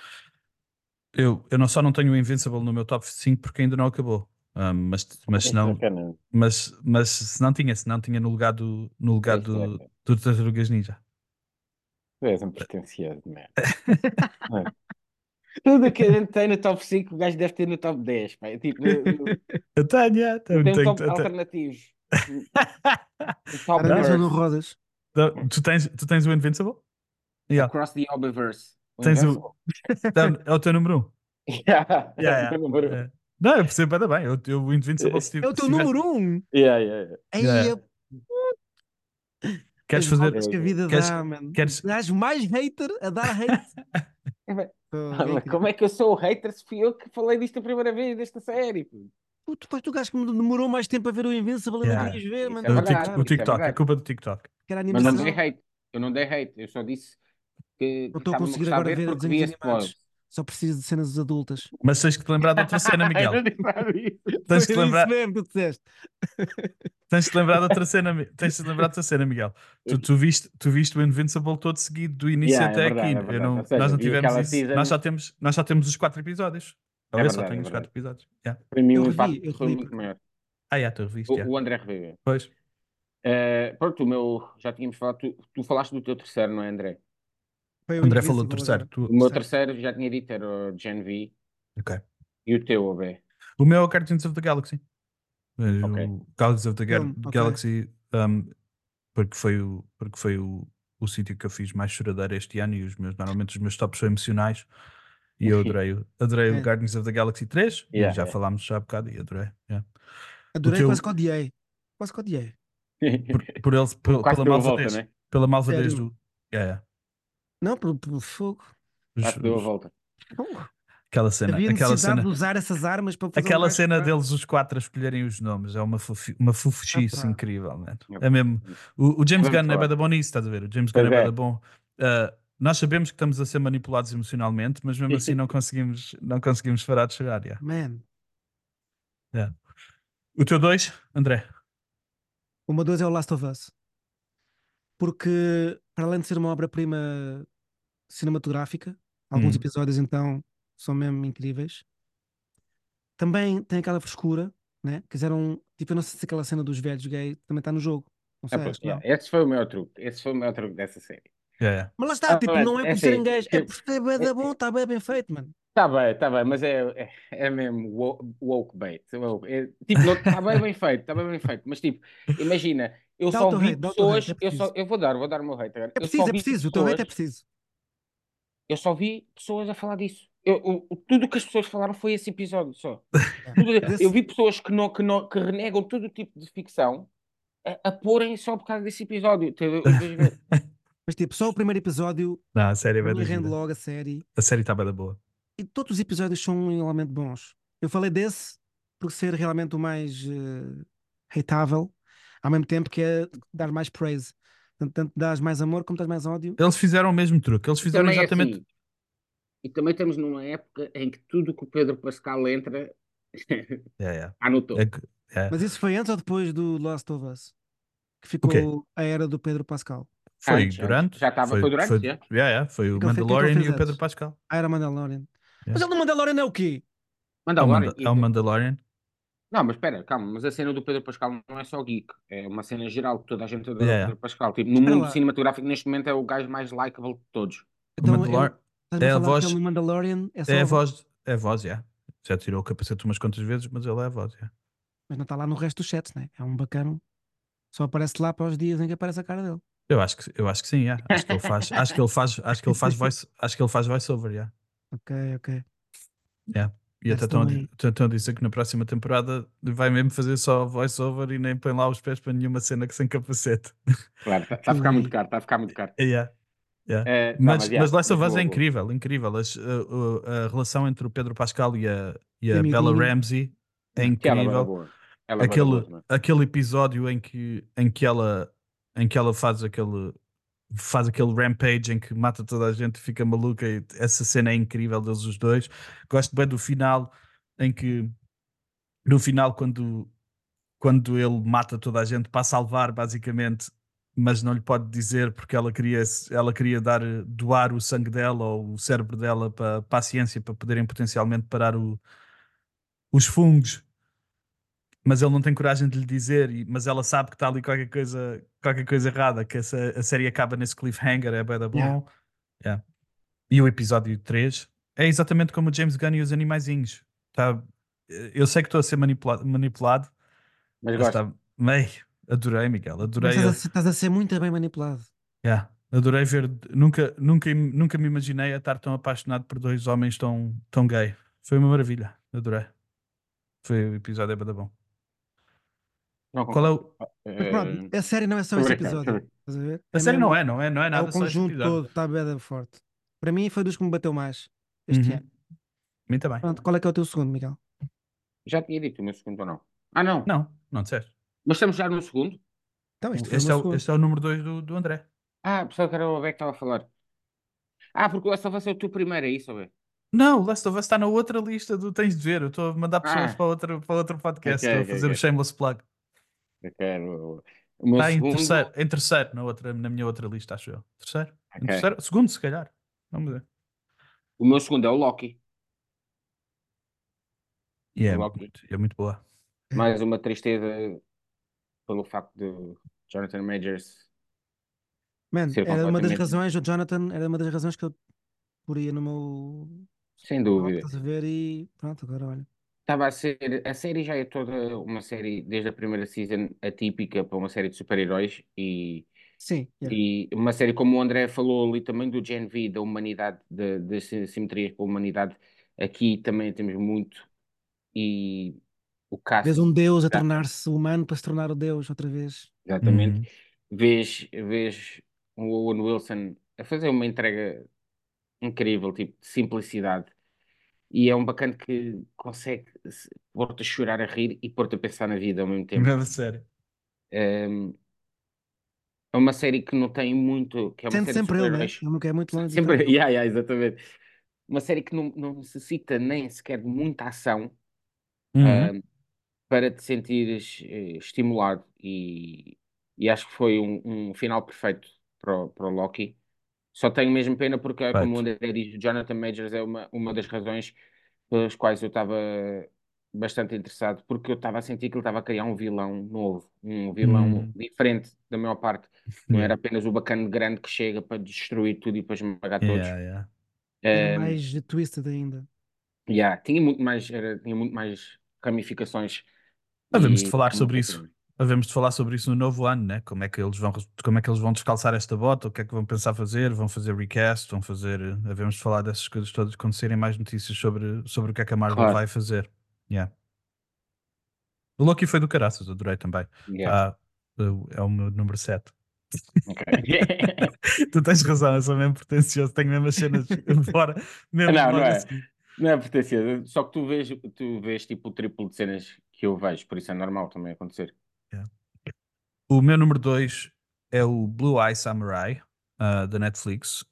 Eu não só não tenho o Invincible no meu top 5 porque ainda não acabou. Mas se Isso é não, bacana. mas se não tinha no lugar Isso é. do Tartarugas Ninja. Tu és um pretencioso, man. É. Tudo o que a gente tem no top 5 o gajo deve ter no top 10. Pá. É tipo, Eu tenho, yeah, não tem um tenho, top alternativos. Um top Para a menção Não, de verse. honrosas. não, tu tens o Invincible? Yeah. Across the Obiverse. O Tens o. Invincible. É o teu número 1. Yeah, é Yeah, o yeah. meu número. É. Não, eu percebo ainda bem. O Invincible, É o se teu tivesse. número um! Yeah, yeah, yeah. Yeah, Aí, yeah. Queres as fazer. voltas É, que a é. vida Queres. dá, mano. O Queres... gajo mais hater a dar hate. Ah, É mas como incrível. é que eu sou o hater se fui eu que falei disto a primeira vez desta série? Pô? Tu foste o gajo que me demorou mais tempo a ver o Invincible e não Yeah. querias ver, Isso mano. é Estás a verdade, O brincar. isso é TikTok, é verdade. culpa do TikTok. Que era Mas não dei animação. hate. Eu não dei hate. Eu só disse que Não estou a estava-me a conseguir gostar de agora ver ver porque desenhos via animados. spoilers. Só preciso de cenas adultas. Mas tens que te lembrar de outra cena, Eu Miguel. não disse nada disso. Foi Tens que te isso lembrar. mesmo que tu disseste. Tens de te lembrar de outra cena, tens de te lembrar de outra cena, Miguel. Tu viste o Invincible todo seguido, do início Yeah, até aqui. é verdade. Ou Nós seja, não vi tivemos aquela isso. Nós season. só temos os 4 episódios. É Talvez só verdade, é tenho os verdade. 4 episódios. Yeah. Para mim Eu o revi, impacto eu foi revi. muito maior. Tu reviste, já. O André reviveu. Pois. Pronto, o meu, já tínhamos falado, tu falaste do teu terceiro, não é, André? Foi o André falou o Invincible terceiro. agora. O meu terceiro, já tinha dito, era o Gen V. Ok. E o teu, AB? O meu é o Guardians of the Galaxy. Ok. O Guardians of the Filme, ok. Galaxy, porque foi o sítio que eu fiz mais choradeira este ano e normalmente os meus tops são emocionais. E eu adorei o É. Guardians of the Galaxy 3 e Yeah, já yeah. falámos já há bocado e adorei. Yeah. O Adorei, quase teu, que odiei. Quase que odiei. por ele, Quase pela deu a volta, né? pela malvadez Sério. do. Yeah, Não, por fogo. os- Quase deu a os- volta. Fogo. aquela Havia necessidade de cena. usar essas armas para fazer um Aquela gajo cena chorar. deles, os quatro, a escolherem os nomes, é uma Ah, fofichice pá. incrível, mano. É Yep. mesmo. O James Vamos Gunn é bué falar. da bom nisso, estás a ver? O James Gunn Pois é bué da é. bom. Nós sabemos que estamos a ser manipulados emocionalmente, mas mesmo assim não conseguimos parar de chorar. Yeah. Man. Yeah. O teu dois, André? O meu 2 é o Last of Us. Porque, para além de ser uma obra-prima cinematográfica, alguns Hum. episódios então são mesmo incríveis. Também tem aquela frescura, né? Quiseram, tipo, eu não sei se aquela cena dos velhos gay também está no jogo. Não sei, acho que Yeah. não. Esse foi o meu truque. Esse foi o meu truque dessa série. Yeah, Mas lá está, Ah, tipo, não é é por serem assim. gays, é por ser bué da bom, está bem feito, mano. Tá bem, mas é mesmo woke bait. Tipo, não, tá bem feito, tá bem feito. Mas tipo, imagina, eu Dá o só teu vi hate, dá o teu hate, é pessoas, preciso. eu vou dar o meu hate agora. É preciso, o teu hate é preciso. Eu só vi pessoas a falar disso. Tudo o que as pessoas falaram foi esse episódio só. É. Mas Eu esse, vi pessoas que renegam todo o tipo de ficção a porem só por causa desse episódio. Vais ver. mas tipo, só o primeiro episódio, Não, a série é para bué mim, da rende gira. logo a série. A série está bué da boa. E todos os episódios são igualmente bons. Eu falei desse por ser realmente o mais hateável, ao mesmo tempo que é dar mais praise. Tanto dás mais amor como dás mais ódio. Eles fizeram o mesmo truque. Eles E fizeram também é exatamente. assim. E também estamos numa época em que tudo que o Pedro Pascal entra Yeah, yeah. É anotou. que- é. Mas isso foi antes ou depois do Last of Us? Que O quê? ficou a era do Pedro Pascal. Foi Antes. durante. Já estava, foi durante, já? Foi O o que o que é que ele Mandalorian e fez o Pedro antes? Pascal. Ah, era Mandalorian. Mas Yeah. ele no Mandalorian é o quê? Mandalorian. É o Mandalorian. Não, mas espera, calma, mas a cena do Pedro Pascal não é só geek, é uma cena geral que toda a gente adora Yeah, o yeah. Pedro Pascal. Tipo, no Espera mundo lá. cinematográfico, neste momento, é o gajo mais likable de todos. O Então ele. Mandalorian Estás-me é a a falar que ele voz. no Mandalorian é É só a a voz, voz. É a voz, yeah. Já tirou o capacete umas quantas vezes, mas ele é a voz, yeah. mas não está lá no resto dos sets, né? É um bacano. Só aparece lá para os dias em que aparece a cara dele. Eu acho que sim, yeah. Acho que ele faz voiceover, yeah. Ok, ok. Yeah. E até That's the way. estão a dizer que na próxima temporada vai mesmo fazer só voiceover e nem põe lá os pés para nenhuma cena que sem capacete. Claro, está Que a ficar muito way. caro, está a ficar muito caro. Yeah, yeah. Não, mas Mas já, Last mas of Us é boa, boa. incrível, incrível. A relação entre o Pedro Pascal e E a a Bella miudinha. Ramsey é Yeah. Que ela é bué da incrível. boa. Ela é bué da boa também. Aquele episódio em que ela faz aquele rampage em que mata toda a gente e fica maluca. E essa cena é incrível deles os dois. Gosto bem do final, em que no final, quando ele mata toda a gente para salvar, basicamente, mas não lhe pode dizer porque ela queria doar o sangue dela ou o cérebro dela para a ciência para poderem potencialmente parar os fungos. Mas ele não tem coragem de lhe dizer, mas ela sabe que está ali qualquer coisa errada, que a série acaba nesse cliffhanger, é bué da Yeah. bom. Yeah. E o episódio 3 é exatamente como o James Gunn e os animaizinhos. Tá, eu sei que estou a ser manipulado, Mas mas gosto. está meio. Adorei, Miguel. Mas Adorei. estás a ser muito bem manipulado. Yeah, adorei ver. Nunca me imaginei a estar tão apaixonado por dois homens tão gay. Foi uma maravilha. Adorei. Foi o episódio é bué da bom. Não Qual é concordo. o. Mas pronto, a série não é só Estou esse brincando, estou episódio. brincando. Estás a ver? A É série mesmo. não é É o nada só esse conjunto episódio. todo, está bem forte. Para mim foi dos que me bateu mais este Uhum. ano. A mim também. Pronto, qual é que é o teu segundo, Miguel? Já tinha dito o meu segundo ou não? Ah, não. Não disseste. Mas estamos já no segundo? Então, este foi o meu segundo. Este é o número 2 do André. Ah, pessoal, que era o Beck que estava a falar. Ah, porque o Last of Us é o teu primeiro, é isso, Abé? Não, o Last of Us está na outra lista do Tens de Ver. Eu estou a mandar pessoas Ah, para outro ok, podcast. Estou a fazer o ok. shameless plug. Eu quero o meu Está segundo. em terceiro na minha outra lista, acho eu. Terceiro? Em Ok. terceiro? Segundo, se calhar. Vamos ver. O meu segundo é o Loki. E O Loki. é muito boa. Mais uma tristeza pelo facto de Jonathan Majors Man, ser era uma das completamente, razões, o Jonathan era uma das razões que eu poria no meu sem top, dúvida. estás a ver? E pronto, agora olha. Estava a ser, a série já é toda uma série, desde a primeira season, atípica para uma série de super-heróis Sim, yeah. e uma série como o André falou ali também do Gen V, da humanidade, das simetrias para a humanidade, aqui também temos muito e o Vês um cast, Deus a já, tornar-se humano para se tornar o Deus outra vez. exatamente, Uhum. vês o Owen Wilson a fazer uma entrega incrível, tipo, de simplicidade. E é um bacana que consegue pôr-te a chorar, a rir e pôr-te a pensar na vida ao mesmo tempo. Mesmo sério. Um, É uma série que não tem muito, que é uma Sente série de sempre ele, né? super-heróis. Ele nunca é muito longe Sempre, diferente dele. exatamente. Uma série que não necessita nem sequer de muita ação, Uhum. para te sentires estimulado e acho que foi um final perfeito para o Loki. Só tenho mesmo pena porque, como o Feito. André diz, o Jonathan Majors é uma das razões pelas quais eu estava bastante interessado, porque eu estava a sentir que ele estava a criar um vilão novo, um vilão Uhum. diferente da maior parte. Não era Yeah. apenas o bacana grande que chega para destruir tudo e para esmagar todos. Yeah, yeah. Era Um, mais twisted ainda. yeah, tinha muito mais ramificações Havemos de e falar é sobre muito isso. pena. Havemos de falar sobre isso no novo ano, né? Como é que eles vão descalçar esta bota? O que é que vão pensar fazer? Vão fazer recast? Vão fazer. Havemos de falar dessas coisas todas quando saírem mais notícias sobre o que é que a Marvel Claro, vai fazer. Yeah. O Loki foi do caraças, adorei também. yeah, Tá, é o meu número 7. ok. Tu tens razão, eu sou mesmo pretencioso, tenho mesmo as cenas fora, mesmo Não, não logo a é. seguir. Não é pretencioso. Só que tu vês tipo o triplo de cenas que eu vejo, por isso é normal também acontecer. Yeah. O meu número 2 é o Blue Eye Samurai, da Netflix.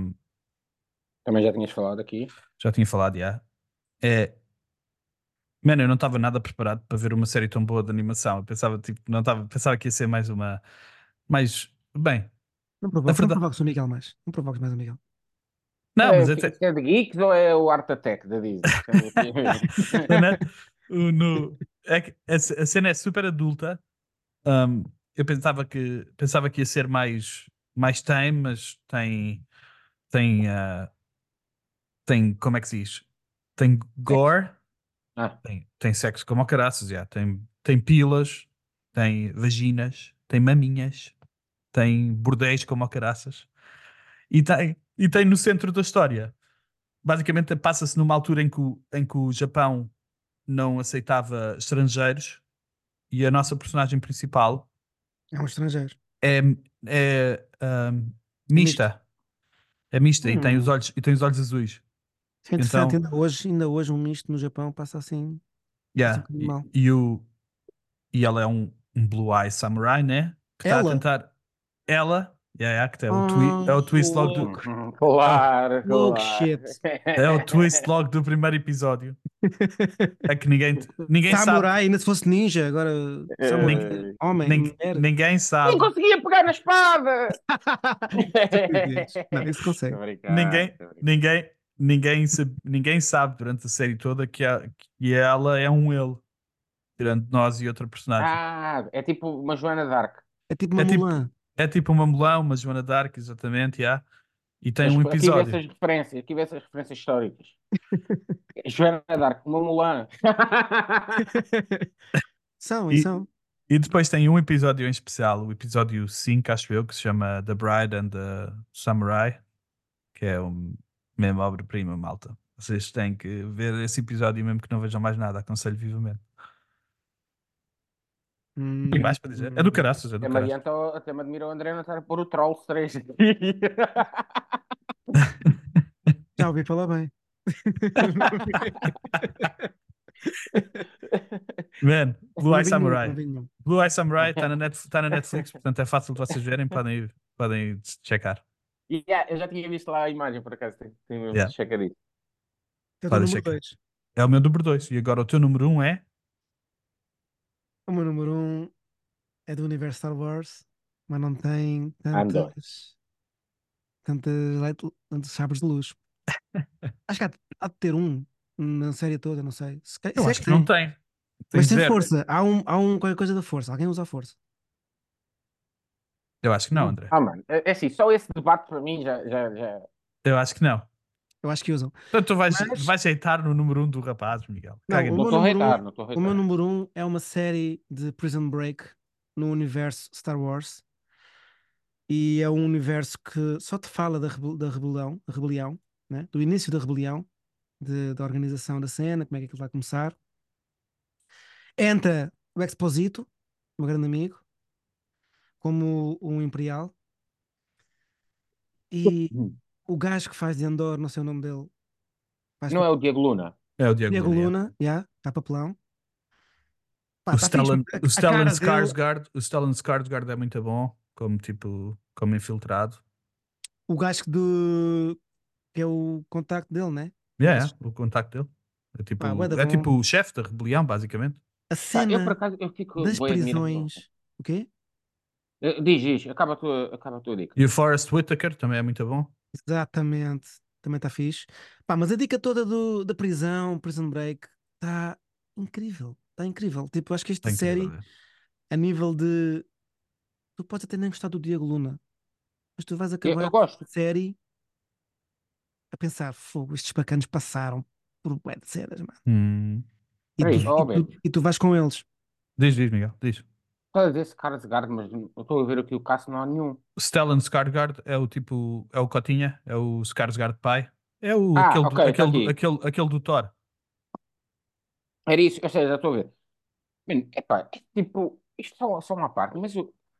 Também já tinhas falado aqui. Já tinha falado, já. É, mano, eu não estava nada preparado para ver uma série tão boa de animação. Eu pensava, tipo, não estava, pensava que ia ser mais uma. Mais. Bem, a Não verdade. provoques o Miguel mais. Não provoques mais o Miguel. Não, mas Isso é de geeks ou é o Art Attack da Disney? Estamos aqui a ver. não, não, é que a cena é super adulta. Um, eu pensava que ia ser mais tame, mas tem, tem, como é que se diz? Tem Sexo. gore, Ah, tem sexo como ao caraças, já. Tem pilas, tem vaginas, tem maminhas, tem bordéis como ao caraças. E tem no centro da história. Basicamente passa-se numa altura em que o Japão não aceitava estrangeiros e a nossa personagem principal É um estrangeiro. é, é É misto. mista. É mista Hum. e tem os olhos azuis. Isso é interessante. Então, Ainda hoje um misto no Japão passa assim um yeah, bocadinho e, mal. e, o, e ela é um Blue Eye Samurai, né? Que está a Ela? tentar. Ela, que é Ah, o twist logo louco. é o, claro, Louco claro. shit. é o twist logo do primeiro episódio. É que ninguém sabe. Samurai, ainda se fosse ninja, agora samurai, Eh, homem, mulher. Ninguém Não sabe. conseguia pegar na espada! Estupidez. Não, isso consegue. Estou a brincar, Ninguém, estou a brincar. ninguém sabe durante a série toda que ela é um ele, tirando nós e outra personagem. Ah, é tipo uma Joana d'Arc. É tipo uma É tipo, Mulan. é tipo uma Mulão, uma Joana Dark, exatamente, yeah. E tem Mas um aqui vê episódio. essas referências, aqui vê essas referências históricas. Joana d'Arc, uma Mulan. São, e E, são. e depois tem um episódio em especial, o episódio 5 acho eu, que se chama The Bride and the Samurai, que é mesmo obra-prima, malta. Vocês têm que ver esse episódio mesmo que não vejam mais nada, aconselho vivamente. Tem Hum, mais para dizer? É do hum. caraças, é do caraças. Até me admira o André não estar a pôr o Trolls 3 aqui. Já ouvi falar bem. Man, Blue Não Eye vi nenhum, Samurai. não vi nenhum. Blue Eye Samurai está na Netflix, portanto é fácil de vocês verem, podem checar. Yeah, eu já tinha visto lá a imagem, por acaso, tenho mesmo Yeah, de checar isso. É o teu podem número checar. 2. É o meu número 2. E agora o teu número 1 é. O meu número 1 é do universo Star Wars, mas não tem Andor. tantos sabres de luz. Acho que há de ter um na série toda, não sei. Eu Se é acho que que não tem. tem. Tem Mas tem zero. força. Há um qualquer coisa da força. Alguém usa a força. Eu acho que não, André. Mano, é assim, só esse debate para mim já. Eu acho que não. Eu acho que usam. Então tu Mas, vais aceitar no número um do rapaz, Miguel. não, Caga o Não meu nisso. estou a número um, reitar, não estou a o meu reitar. número um é uma série de Prison Break no universo Star Wars. E é um universo que só te fala da rebelião, né? Do início da rebelião, da organização da cena, como é que aquilo vai começar. Entra o Exposito, meu grande amigo, como um Imperial, e o gajo que faz de Andor, não sei o nome dele, faz Não é o Diego Luna. É o Diego Diego Luna, yeah. Luna, já, está papelão. Pá, está fixe, a cara dele, O Stellan Skarsgård é muito bom, como tipo, como infiltrado. o gajo que é o contacto dele, né? O Yeah, gajo, yeah, o contacto dele. pá, bué da É bom. tipo o chefe da rebelião, basicamente. A Pá, eu por cena acaso eu fico das bem admirado. prisões, o quê? Diz, acaba a tua dica. E o Forrest Whitaker também é muito bom. Exatamente, também está fixe. Pá, mas a dica toda da prisão, Prison Break, está incrível. Está incrível. Tipo, eu acho que esta Está incrível. série, É. a nível de. Tu podes até nem gostar do Diego Luna, mas tu vais Eu, acabar eu a gosto. série a pensar: fogo, estes bacanos passaram por bué de cenas, mano. Hum. E tu, Peraí, e ó tu, Beto, e tu vais com eles. Diz, Miguel, diz. estás a dizer esse cara de Garde, mas eu estou a ver aqui o caso, não há nenhum. O Stellan Skarsgård é o tipo, é o Cotinha, é o Skarsgård pai. É o, Ah, ok, está aqui. aquele do Thor. Era isso, eu sei, já estou a ver. Mano, epá, é tipo, isto só uma parte, mas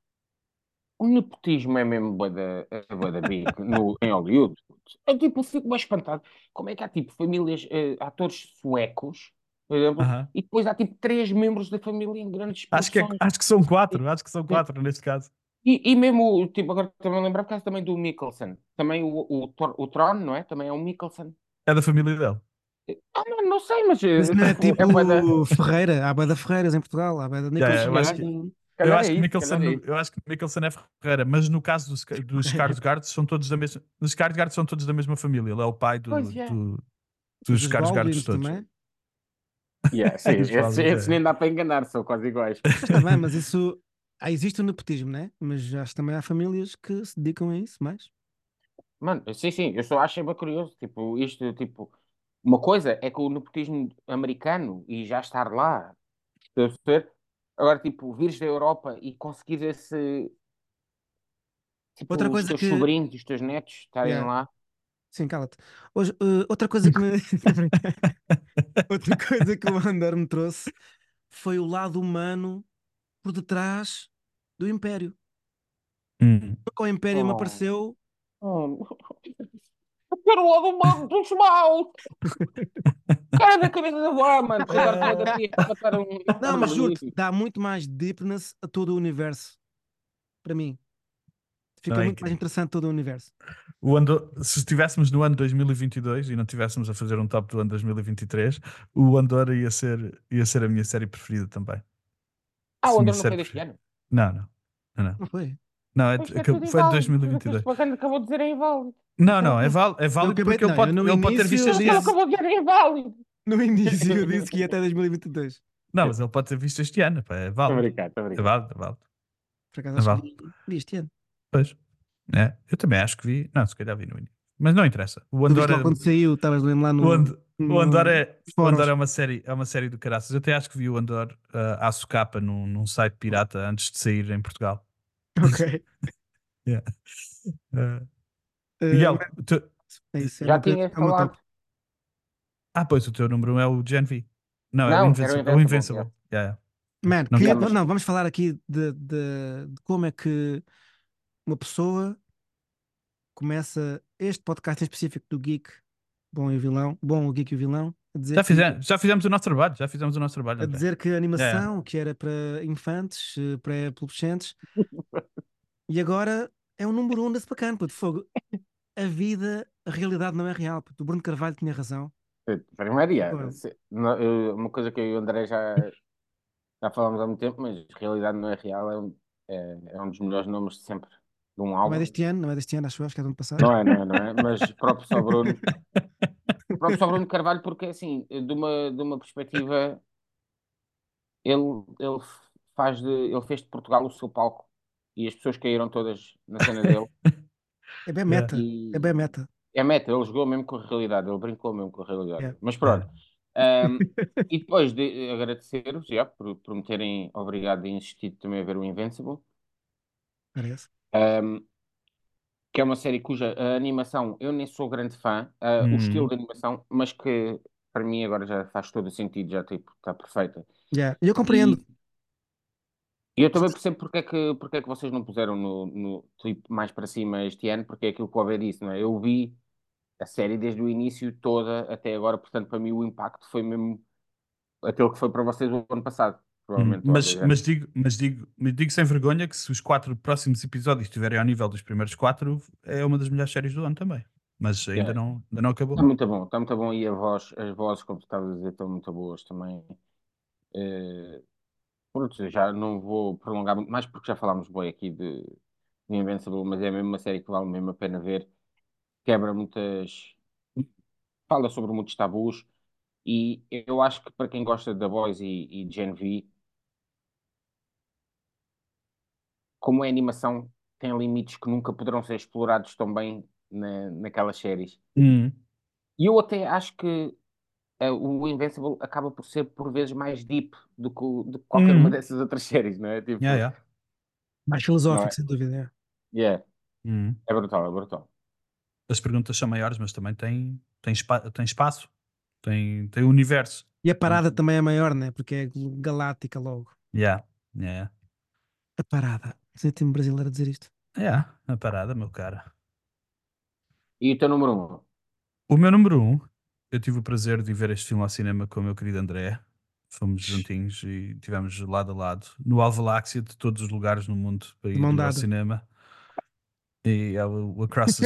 o nepotismo é mesmo bué da big em Hollywood. Eu tipo, fico mais espantado. Como é que há tipo famílias, atores suecos, por exemplo, Aham. e depois há tipo três membros da família em grandes produções. Acho que são quatro, acho que são quatro neste caso. E mesmo, tipo, agora também lembrar por causa também do Mikkelsen. Também o Tron, não é? Também é o Mikkelsen. É da família dele. Mano, não sei, mas Mas não é tipo, é bué da... tipo Ferreira, há bué da Ferreiras em Portugal, há bué da Yeah, Pois, Nicholson. se eu calhar é acho que isso, se calhar é isso. Eu acho que Mikkelsen é Ferreira, mas no caso dos Skarsgård são todos da mesma, os Skarsgård são todos da mesma família. Ele é o pai Pois é. E dos dos Skarsgårds Baldwins todos. também. Yeah, sim, E dos Baldwins, esses é. nem dá para enganar, são quase iguais. Mas está bem, mas isso. Existe o nepotismo, né? Mas acho que também há famílias que se dedicam a isso mais. Mano, sim, eu só acho bem curioso. Tipo, isto, tipo, uma coisa é que o nepotismo americano e já estar lá, estás a perceber? Agora, tipo, vires da Europa e conseguires esse, Outra tipo, os coisa teus que. sobrinhos, os teus netos estarem Yeah. lá. Sim, cala-te. Hoje, outra coisa que me. Outra coisa que o Andor me trouxe foi o lado humano por detrás do Império. Hum. Porque o Império me Oh, apareceu. oh. Eu quero o lado humano dos maus! Cara da cabeça da voar, mano, com o Darth Vader Ah, aqui a matar Não, um mas juro-te, maluco. dá muito mais deepness a todo o universo. Para mim. não Fica é muito mais incrível. interessante todo o universo. Se estivéssemos no ano 2022 e não estivéssemos a fazer um top do ano 2023, o Andor ia ser a minha série preferida também. Ah, o Minha Andor não série foi deste preferida. ano? Não, não. Não, não. Não foi? Não, Isto é tudo foi de inválido. Tudo o que 2022. este bacana acabou de dizer é inválido. Não, não, é Eu válido acabei porque de. Não, eu no ele pode ter visto início Tudo o este que ele ano. disse. acabou de dizer é inválido. No início eu disse que ia até 2022. Não, mas ele pode ter visto este ano. Pá, é Estou a válido. brincar, estou a É brincar. válido, é válido. Por acaso É acho que válido. vi este ano. Pois. É, eu também acho que vi. Não, se calhar vi no início. Mas não interessa. Tu viste logo quando saiu, estavas mesmo lá no O Andor fóruns. é uma série do caraças. Eu até acho que vi o Andor à socapa num site pirata antes de sair em Portugal. Ok. Yeah. Uh, Mas Miguel, é isso, Já tinha é o meu top. falado. pois o teu número 1 é o Gen V. Não, Não, era o É o Invincible. Yeah. Invincible. Yeah, yeah. Man, Não me Yeah, estavas. mas não, vamos falar aqui de como é que uma pessoa começa este podcast em específico do Geek, Bom e o Vilão, Bom, o Geek e o Vilão, Já fizemos o nosso trabalho. Já fizemos o nosso trabalho, a André. dizer que a Yeah, yeah. animação, que era para infantes, pré-adolescentes, e agora é o número um desse bacana, puto, fogo. A vida, a realidade não é real, puto. O Bruno Carvalho tinha razão. primeiro E com dia. ele. Uma coisa que eu e o André já falámos há muito tempo, mas realidade não é real. É um dos melhores nomes de sempre de um Não é álbum. deste ano, não é deste ano, acho eu, acho que é do ano passado. Não é. Mas próprio só Bruno Carvalho, porque assim, de uma perspectiva, ele fez de Portugal o seu palco e as pessoas caíram todas na cena dele. É bem Yeah, meta. É bem E meta. é meta, ele jogou mesmo com a realidade, ele brincou mesmo com a realidade. Yeah. Mas yeah. pronto. E depois de agradecer-vos já, por me terem obrigado e insistido também a ver o Invincible, Parece. ahm, que é uma série cuja a animação eu nem sou grande fã, o estilo Hum, de animação, mas que para mim agora já faz todo o sentido, já tipo, está perfeita. Yeah. Eu compreendo. E, e eu também percebo porque é que vocês não puseram no tipo mais para cima este ano, porque é aquilo que o Abel disse, não é? Eu vi a série desde o início toda até agora, portanto, para mim o impacto foi mesmo aquele que foi para vocês o ano passado, provavelmente, ou há Mas, 2 anos. mas digo sem vergonha que se os 4 próximos episódios estiverem ao nível dos primeiros 4, é uma das melhores séries do ano também. Mas Yeah. ainda não Está acabou. muito bom, está muito bom e as vozes, como tu estavas a dizer, estão muito boas também. Eh, Pronto, já não vou prolongar muito mais porque já falámos bem aqui de Invincible, mas é mesmo uma série que vale mesmo a pena ver. Quebra muitas. Fala sobre muitos tabus e eu acho que para quem gosta da Boys e de Gen V, como é animação, tem limites que nunca poderão ser explorados tão bem naquelas séries. Hum, E eu até acho que o Invincible acaba por ser por vezes mais deep do que qualquer uma hum, dessas outras séries, não é? yeah, Tipo, yeah. Mais não filosófico, é? sem dúvida. É. Yeah, Hum. é brutal, é brutal. As perguntas são maiores, mas também tem espaço, tem universo. E a parada Portanto, também é maior, né? Porque é galáctica logo. yeah, yeah, A parada. Sem time brasileiro a dizer isto. yeah, a parada, meu cara. E o teu número um? O meu número um, eu tive o prazer de ir ver este filme ao cinema com o meu querido André. Fomos juntinhos e tivemos lado a lado no Alvaláxia de todos os lugares no mundo para De mão ir ao dada. cinema. E é o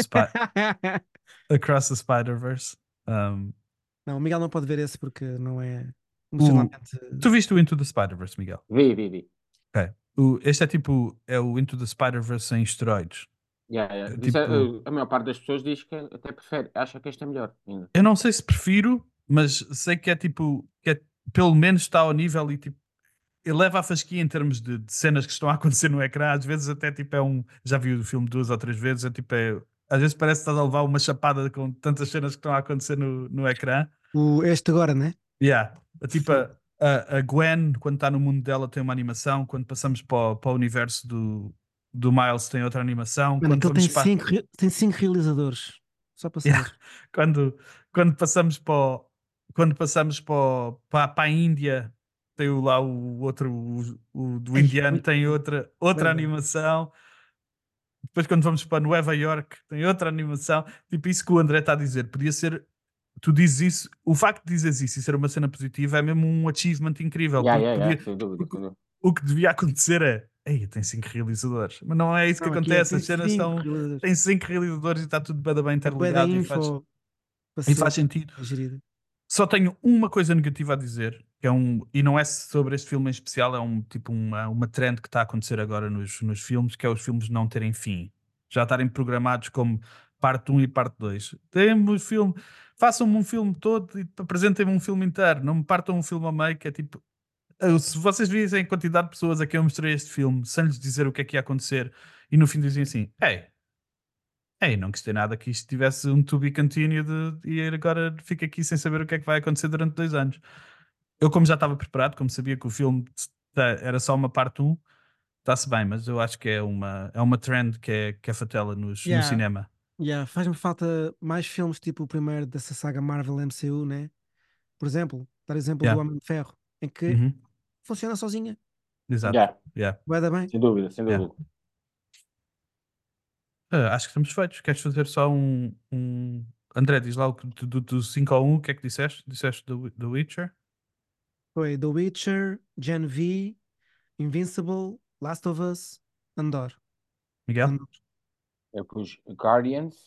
Across the Spider-Verse. Um, Não, o Miguel não pode ver esse porque não é o, emocionalmente. tu viste o Into the Spider-Verse, Miguel? Vi, vi, vi. Ok. Este é tipo, é o Into the Spider-Verse em esteroides. Yeah, yeah. É tipo, A maior parte das pessoas diz que até prefere, acha que este é melhor ainda. eu não sei se prefiro, mas sei que é tipo, pelo menos está ao nível e tipo, ele leva a fasquia em termos de cenas que estão a acontecer no ecrã. Às vezes até tipo é um, já vi o filme 2 ou 3 vezes, é tipo, às vezes parece que estás a levar uma chapada com tantas cenas que estão a acontecer no ecrã. Este agora, né? Yeah. Tipo, Fogo. a Gwen, quando está no mundo dela, tem uma animação. Quando passamos para o universo do Miles, tem outra animação. Mano, Quando aquele vamos para. tem cinco realizadores. Só para Yeah. saber. Quando, quando passamos quando passamos para a Índia, tem lá o outro, o do Ai, indiano, tem outra bué bom. animação. Depois, quando vamos para Nova York, tem outra animação. Tipo, isso que o André está a dizer, podia ser. Tu dizes isso, o facto de dizeres isso e ser uma cena positiva é mesmo um achievement incrível, Yeah, porque yeah, yeah, podia, sem dúvida, porque sem dúvida. o que devia acontecer é, ei, tem 5 realizadores, mas não é isso que Não, aqui é, acontece, tem as cenas cinco são, realizadores. tem 5 realizadores e está tudo bem É bué da interligado info para e ser faz sentido. gerida. Só tenho uma coisa negativa a dizer, que é e não é sobre este filme em especial, é tipo uma trend que está a acontecer agora nos filmes, que é os filmes não terem fim. Já estarem programados como parte um e parte 2. Temos filme, façam-me um filme todo e apresentem-me um filme inteiro, não me partam um filme ao meio, que é tipo. Se vocês vissem a quantidade de pessoas a quem eu mostrei este filme, sem lhes dizer o que é que ia acontecer, e no fim dizem assim: Ei, não gostei nada que isto tivesse um to be continued e agora fico aqui sem saber o que é que vai acontecer durante 2 anos. Eu, como já estava preparado, como sabia que o filme era só uma parte um, está-se bem, mas eu acho que é uma trend que é fatela no Yeah, cinema. yeah. Faz-me falta mais filmes tipo o primeiro dessa saga Marvel MCU, né? Por exemplo, dar exemplo do Yeah. Homem de Ferro, em que Uhum. funciona sozinha. Exato. Yeah, Yeah. Vai dar bem. sem dúvida, sem Yeah. dúvida. Acho que estamos feitos. Queres fazer só um. André, diz lá o que do 5 ao 1, o que é que disseste? Disseste do Witcher? Foi The Witcher, Gen V, Invincible, Last of Us, Andor. Miguel? Andor. Eu pus Guardians,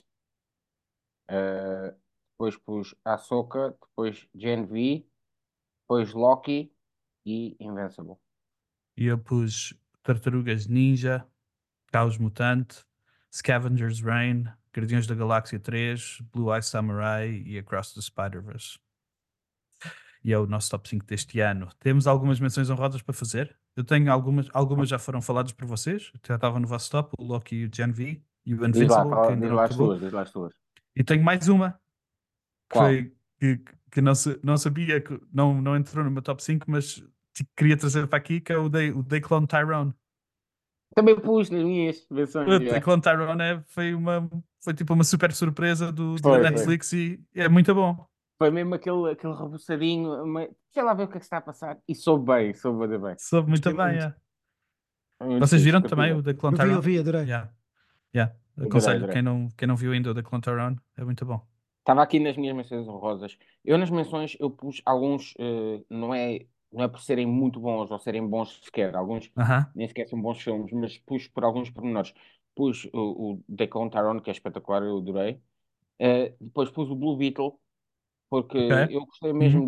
depois pus Ahsoka, depois Gen V, depois Loki e Invincible. E eu pus Tartarugas Ninja, Caos Mutante, Scavengers Reign, Guardiões da Galáxia 3, Blue Eye Samurai e Across the Spider-Verse. e é o nosso top 5 deste ano. Temos algumas menções honrosas para fazer. Eu tenho algumas já foram faladas por vocês, já estavam no vosso top, o Loki e o Gen V e o Invincible, que ainda Diz não lá as acabou. tuas, diz lá as tuas. E tenho mais uma, que Qual? foi que não sabia, que não entrou no meu top 5, mas queria trazer para aqui, que é o They Clone Tyrone. Também pus nas minhas menções, O They Clone Tyrone foi tipo uma super surpresa da Foi. Netflix e é muito bom. Foi mesmo aquele rebuçadinho, sei lá ver o que é que está a passar. E soube bem, bem. Soube muito Gostei bem, muito. é. É muito Vocês fixe, viram curti também bem. o The Clone Tyrone? Eu vi, adorei. Yeah, yeah. Adorei, Aconselho adorei. quem não viu ainda o The Clone Tyrone, é muito bom. Estava aqui nas minhas menções honrosas. Eu nas menções eu pus alguns, não é por serem muito bons ou serem bons sequer, alguns Aham, nem sequer são bons filmes, mas pus por alguns pormenores. Pus o The Clone Tyrone, que é espetacular, eu adorei. Depois pus o Blue Beetle, porque ok. eu gostei mesmo Uhum.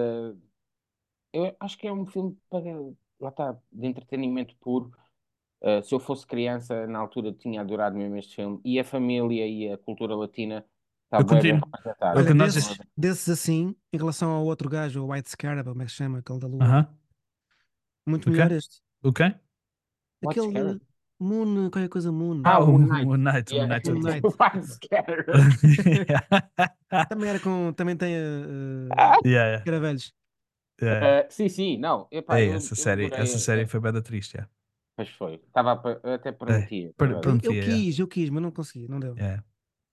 Eu acho que é um filme para, lá está, de entretenimento puro. Se eu fosse criança, na altura tinha adorado mesmo este filme. E a família e a cultura latina está Eu bem continuo. representada. Olha, Quando nós desses assim, em relação ao outro gajo, o White Scarab, como é que se chama, aquele da Lua, Aham, muito ok. melhor este. Ok. White Aquele Scarab? de Moon, qualquer coisa Moon. Ah, Ah, o o Moon Knight. Moon Knight, o Moon Yeah. Knight é Moon muito Knight. bom. White Scarab. Também era com. Também tem Ah, Yeah, yeah, caravelhos. yeah. sim, sim, não. Epá, Ei, eu, essa eu série, adorei. essa série foi bem da triste, yeah. Pois foi. Estava até Ei, prometia, na verdade. Eu prometia, yeah. quis, eu quis, mas não consegui, não deu. Yeah.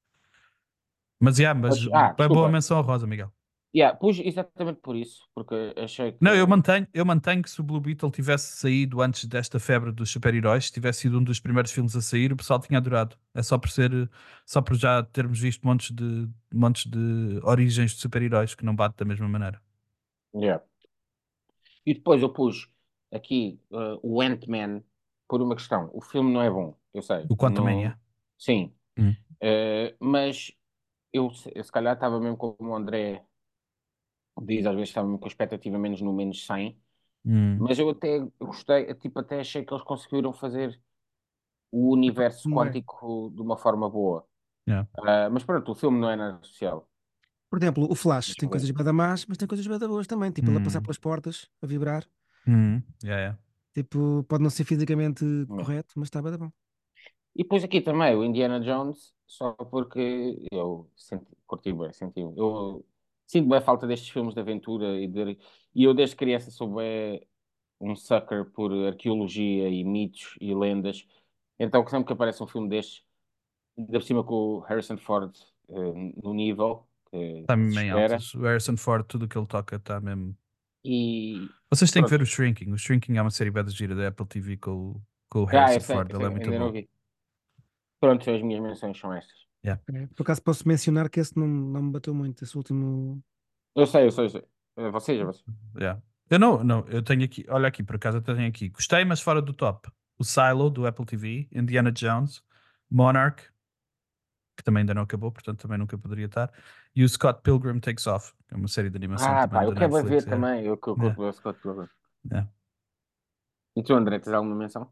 Mas é boa Desculpa. menção rosa, Miguel. Yeah, pus exatamente por isso, porque achei Não, eu que. mantenho, eu mantenho que se o Blue Beetle tivesse saído antes desta febre dos super-heróis, tivesse sido um dos primeiros filmes a sair, o pessoal tinha adorado. É só por já termos visto montes de origens de super-heróis que não bate da mesma maneira. Yeah. E depois eu pus aqui o Ant-Man por uma questão. O filme não é bom, eu sei. O Não. Quantumania. Sim. Hum. Mas eu se calhar estava mesmo como o André diz, às vezes estava mesmo com a expectativa menos no menos 100. Hum. Mas eu até gostei, tipo, até achei que eles conseguiram fazer o universo Bem. quântico de uma forma boa. Yeah. Mas pronto, o filme não é nada especial. Por exemplo, o Flash Deixa tem eu ver. coisas bada más, mas tem coisas bada boas também. Tipo, ele a passar Hum. pelas portas, a vibrar. Yeah, yeah. Tipo, pode não ser fisicamente É. correto, mas está bada bom. E depois aqui também o Indiana Jones, só porque curti bem, eu sinto bem a falta destes filmes de aventura e eu desde criança sou bem um sucker por arqueologia e mitos e lendas. Então sempre que aparece um filme destes, ainda por cima com o Harrison Ford no nível Está que se mesmo em espera. altas. O Harrison Ford, tudo o que ele toca está mesmo. E Vocês têm que ver pronto. o Shrinking. O Shrinking é uma série bem gira da Apple TV com o Harrison Ford. Esse Ele é muito ainda não bom. vi. Pronto, as minhas menções são estas. Yeah. Por acaso posso mencionar que esse não me bateu muito, esse último. Eu sei. Vocês. Yeah. Eu tenho aqui, olha aqui, por acaso até tenho aqui. Gostei, mas fora do top. O Silo, do Apple TV, Indiana Jones, Monarch, que também ainda não acabou, portanto também nunca poderia estar, e o Scott Pilgrim Takes Off, que é uma série de animação Pá, também eu da quero ver Netflix. É. também. Eu É, curto o Scott Pilgrim. é. E tu, André, tens alguma menção?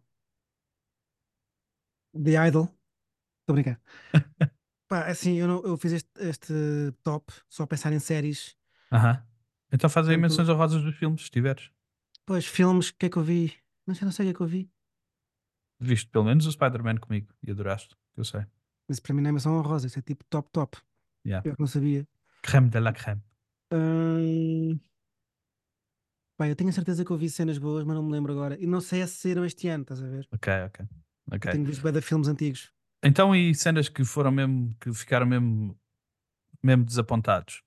The Idol. Estou a brincar. Pá, assim, eu fiz este top só a pensar em séries. Aham. Então faz aí Portanto, menções honrosas dos filmes, se tiveres. pois, filmes, o que é que eu vi? Não sei o que é que eu vi. Viste pelo menos o Spider-Man comigo e adoraste, que eu sei. Mas para mim não é menção honrosa, isso é tipo top, top. Yeah. Eu que não sabia. Creme de la creme. Hum, Pá, eu tenho a certeza que eu vi cenas boas, mas não me lembro agora. E não sei se saíram este ano, estás a ver? Ok, ok. Ok. Eu tenho visto bem de filmes antigos. Então, e cenas que foram mesmo, que ficaram mesmo desapontados?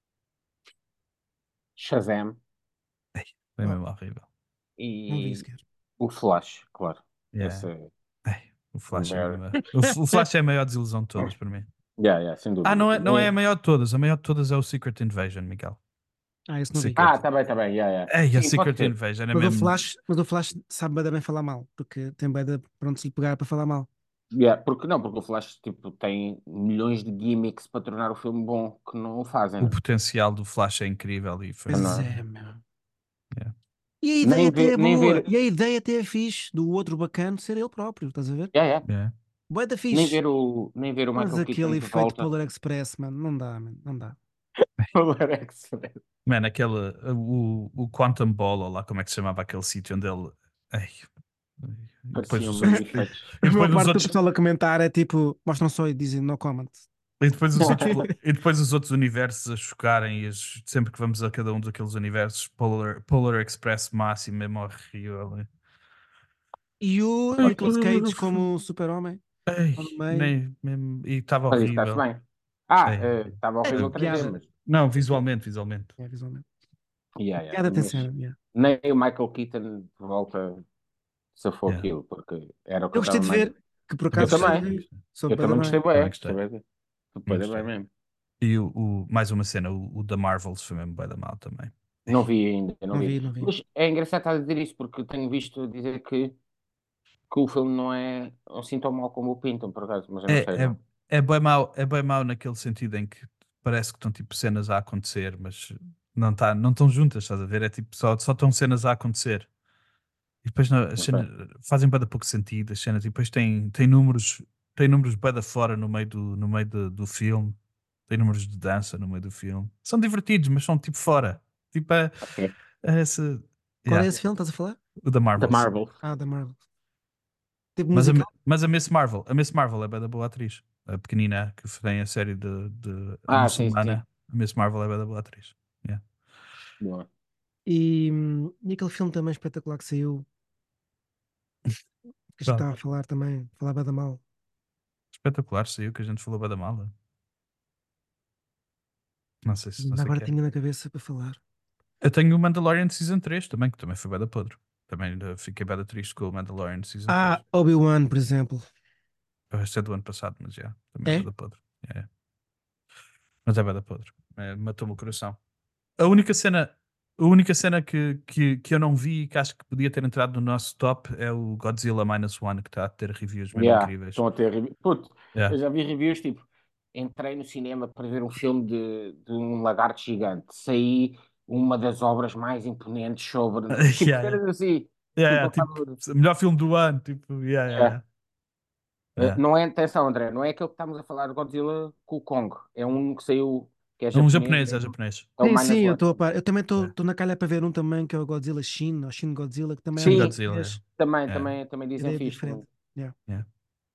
Shazam Foi Oh, mesmo horrível. não vi e sequer. o Flash, claro. Yeah. Esse é O Flash é Bear. mesmo. O Flash é a maior desilusão de todas para mim. Sem Ah, dúvida. não é a maior de todas. A maior de todas é o Secret Invasion, Miguel. Isso não vi. Secret. Tá bem, Ei, a Sim, pode Secret ser. Invasion é mesmo. Mas o Flash sabe bem bem falar mal, porque tem bem de pronto se lhe pegar para falar mal. Porque não, porque o Flash tipo, tem milhões de gimmicks para tornar o filme bom que não o fazem, O né? potencial do Flash é incrível e foi Não Pois é? é, meu. yeah. E a ideia Nem até ver, é nem boa. ver, E a ideia até é fixe do outro bacana ser ele próprio, estás a ver? yeah, yeah. Yeah. Bué da Nem fixe. ver Mas Michael Keaton aquele de efeito volta. Polar Express, mano, não dá, mano, não dá. Polar Express. Mano, o Quantum Ball, ou lá como é que se chamava aquele sítio onde ele. Ai, e depois Pareciam os mesmo outros. efeitos. E A maior depois os parte do outros. pessoal a comentar é tipo, mostram só e dizem no comment. E depois os outros, e depois os outros universos a chocarem e sempre que vamos a cada um daqueles universos, Polar Express máximo, mesmo horrível. E o Ai, Nicolas Cage como super-homem, lá no meio. e estava Mas isso está-se horrível. bem. Ai, Estava É horrível tipo 3D, piada. mas. não, É piada, visualmente. é, visualmente. Yeah. Piada tem Mas cena, yeah. nem o Michael Keaton de volta safou Yeah. aquilo, porque era o que Eu eu gostei estava de mais. ver, que por Também Eu acaso gostei, gostei de também. também ver. gostei. Soube Eu bué da também bem. gostei Também bem. gostei. Gostei Também bem gostei. mesmo. E mais uma cena, o da Marvels foi mesmo bem da mal também. Não vi ainda, não Não vi. vi, não vi. Mas é engraçado estar a dizer isso, porque eu tenho visto dizer que o filme não é assim tão mau como o pintam, por acaso, mas eu não sei, É, não. é, é bem mau naquele sentido em que parece que estão tipo cenas a acontecer, mas não estão juntas, estás a ver? É tipo, só estão cenas a acontecer. E depois as Não sei. cenas fazem bem da pouco sentido as cenas, e depois tem números bem da fora no meio do filme, tem números de dança no meio do filme. São divertidos, mas são tipo fora. Tipo, Ok. é esse, Qual é yeah, esse filme? Estás a falar? o da The Marvels. Marvel. Ah, da Marvel. Tipo Mas musical? A Miss Marvel é bem da boa atriz. A pequenina que tem a série a Sim, sim. muçulmana, a Miss Marvel é bem da boa atriz. Yeah. Boa. E aquele filme também espetacular que saiu, que a gente Pronto. estava a falar também, falava da mal. Espetacular, saiu que a gente falou bem da mala. Não Ainda sei o agora que é. tinha na cabeça para falar. Eu tenho o Mandalorian Season 3 também, que também foi bem da podre. Também fiquei bem da triste com o Mandalorian Season 3. Obi-Wan, por exemplo. Este é do ano passado, mas já, também é bem É? da podre. É. Mas é bem da podre. Matou-me o coração. A única cena, a única cena que eu não vi e que acho que podia ter entrado no nosso top é o Godzilla Minus One, que está a ter reviews mesmo incríveis. Estão a ter reviews. Puto, Yeah. eu já vi reviews tipo, entrei no cinema para ver um filme de um lagarto gigante, saí uma das obras mais imponentes sobre. Tipo, Yeah, yeah. cenas assim. Yeah, Tipo, yeah, eu tipo, estava. melhor filme do ano, tipo, É. yeah. Não é, atenção, André, não é aquele que estamos a falar de Godzilla com o Kong. É um que saiu, que é É um japonês, japonês, é japonês. é o Sim, Minus sim, eu One. estou a par. Eu também Yeah. estou na calha para ver um também que é o Godzilla Shin, ou Shin Godzilla, que também é Shin um Sim, Godzilla, japonês, é. também dizem ideia fixe diferente. também. Yeah. Yeah.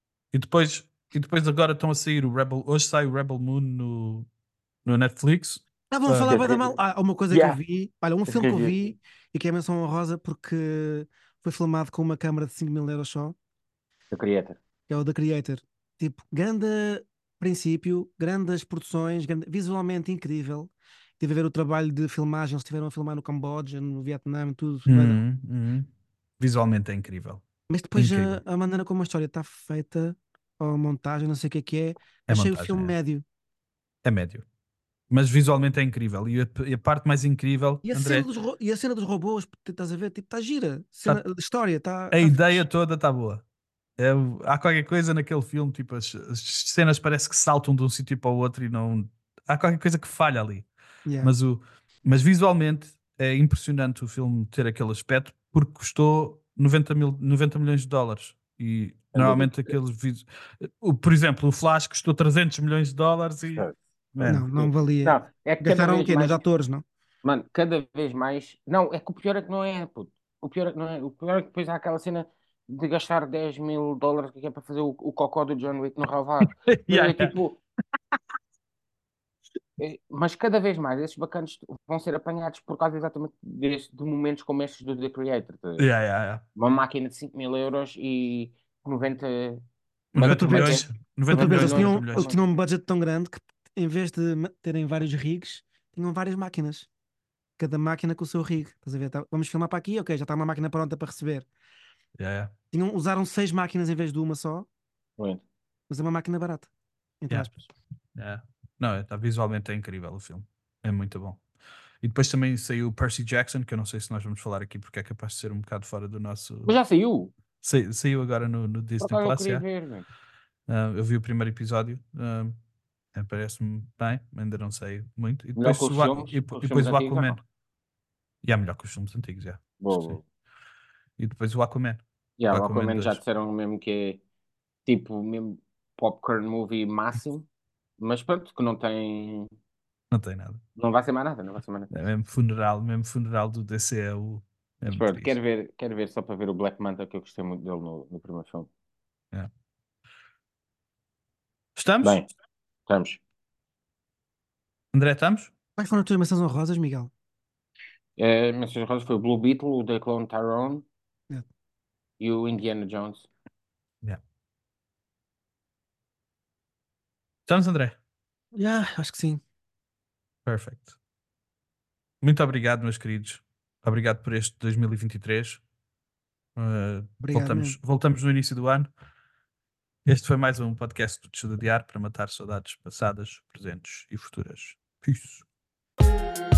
E depois agora estão a sair o Rebel. Hoje sai o Rebel Moon no Netflix. Estavam a Ah, falar bem da mal. Uma coisa que eu Yeah, vi, olha, um filme que eu review. vi e que é menção honrosa porque foi filmado com uma câmara de 5.000 euros só, The Creator. que é o The Creator. Tipo, grande princípio, grandes produções, visualmente incrível. Tive a ver o trabalho de filmagem, eles estiveram a filmar no Camboja, no Vietnã, tudo. uhum. Visualmente é incrível. Mas depois Incrível. a maneira como a história está feita, ou a montagem, não sei o que é, É achei o montagem, filme é. médio. É médio. Mas visualmente é incrível. E a parte mais incrível, E a cena André, e a cena dos robôs, estás a ver, tipo, está gira. Cena, tá- a história está a tá ideia fixe. toda está boa. Há qualquer coisa naquele filme, tipo, as cenas parece que saltam de um sítio para o outro e não. Há qualquer coisa que falha ali. Yeah. Mas, mas visualmente é impressionante o filme ter aquele aspecto porque custou 90 milhões de dólares. E Sem dúvida. normalmente por exemplo, o Flash custou 300 milhões de dólares e. Man, Não, não valia. Não, é que cada Gastaram o vez quê? Nos mais, atores, não? mano, cada vez mais. Não, é que o pior é que não é, puto. O pior é que não é. O pior é que depois há aquela cena de gastar 10 mil dólares que é para fazer o cocó do John Wick no Ravado. Mas yeah, é yeah, tipo. Mas cada vez mais esses bacanas vão ser apanhados por causa exatamente de momentos como estes do The Creator. Tá a ver? yeah, yeah, yeah. Uma máquina de 5 mil euros e 90. Para tu 90 Como é que veres, é? milhões, para tu 90 veres, milhões, eles 90 tinham, eles milhões. tinham um budget tão grande que em vez de terem vários rigs, tinham várias máquinas. Cada máquina com o seu rig. Estás a ver? Vamos filmar para aqui, ok, já está uma máquina pronta para receber. Yeah, yeah, Usaram 6 máquinas em vez de uma só, Muito. mas é uma máquina barata, entre yeah, aspas. yeah. Não, visualmente é incrível o filme. É muito bom. E depois também saiu o Percy Jackson, que eu não sei se nós vamos falar aqui porque é capaz de ser um bocado fora do Mas nosso. já saiu. Saiu agora no Por Disney acaso eu Plus, queria yeah. ver, meu. Eu vi o primeiro episódio, parece-me bem, ainda não sei muito. E Melhor depois que e os filmes depois o antigos ou Aquaman. não? E é melhor que os filmes antigos, já. Acho Boa, que sim. boa. E depois o Aquaman. O Yeah, o Aquaman Aquaman já 2. disseram mesmo que é tipo mesmo popcorn movie máximo, mas pronto, que não tem. Não tem nada. Não vai ser mais nada, não vai ser mais nada. É mesmo funeral do DC é Mas muito pronto, triste. quero ver só para ver o Black Manta, que eu gostei muito dele no primeiro filme. É. Estamos? Bem, estamos. André, estamos? Quais foram as tuas menções honrosas, Miguel? Menções Rosas foi o Blue Beetle, o The Clone Tyrone É. e o Indiana Jones. Yeah. Estamos, André? Acho que sim. Perfect. Muito obrigado, meus queridos. Obrigado por este 2023. Obrigado mesmo. Voltamos no início do ano. Este foi mais um podcast do Estudadiar para matar saudades passadas, presentes e futuras. Peace.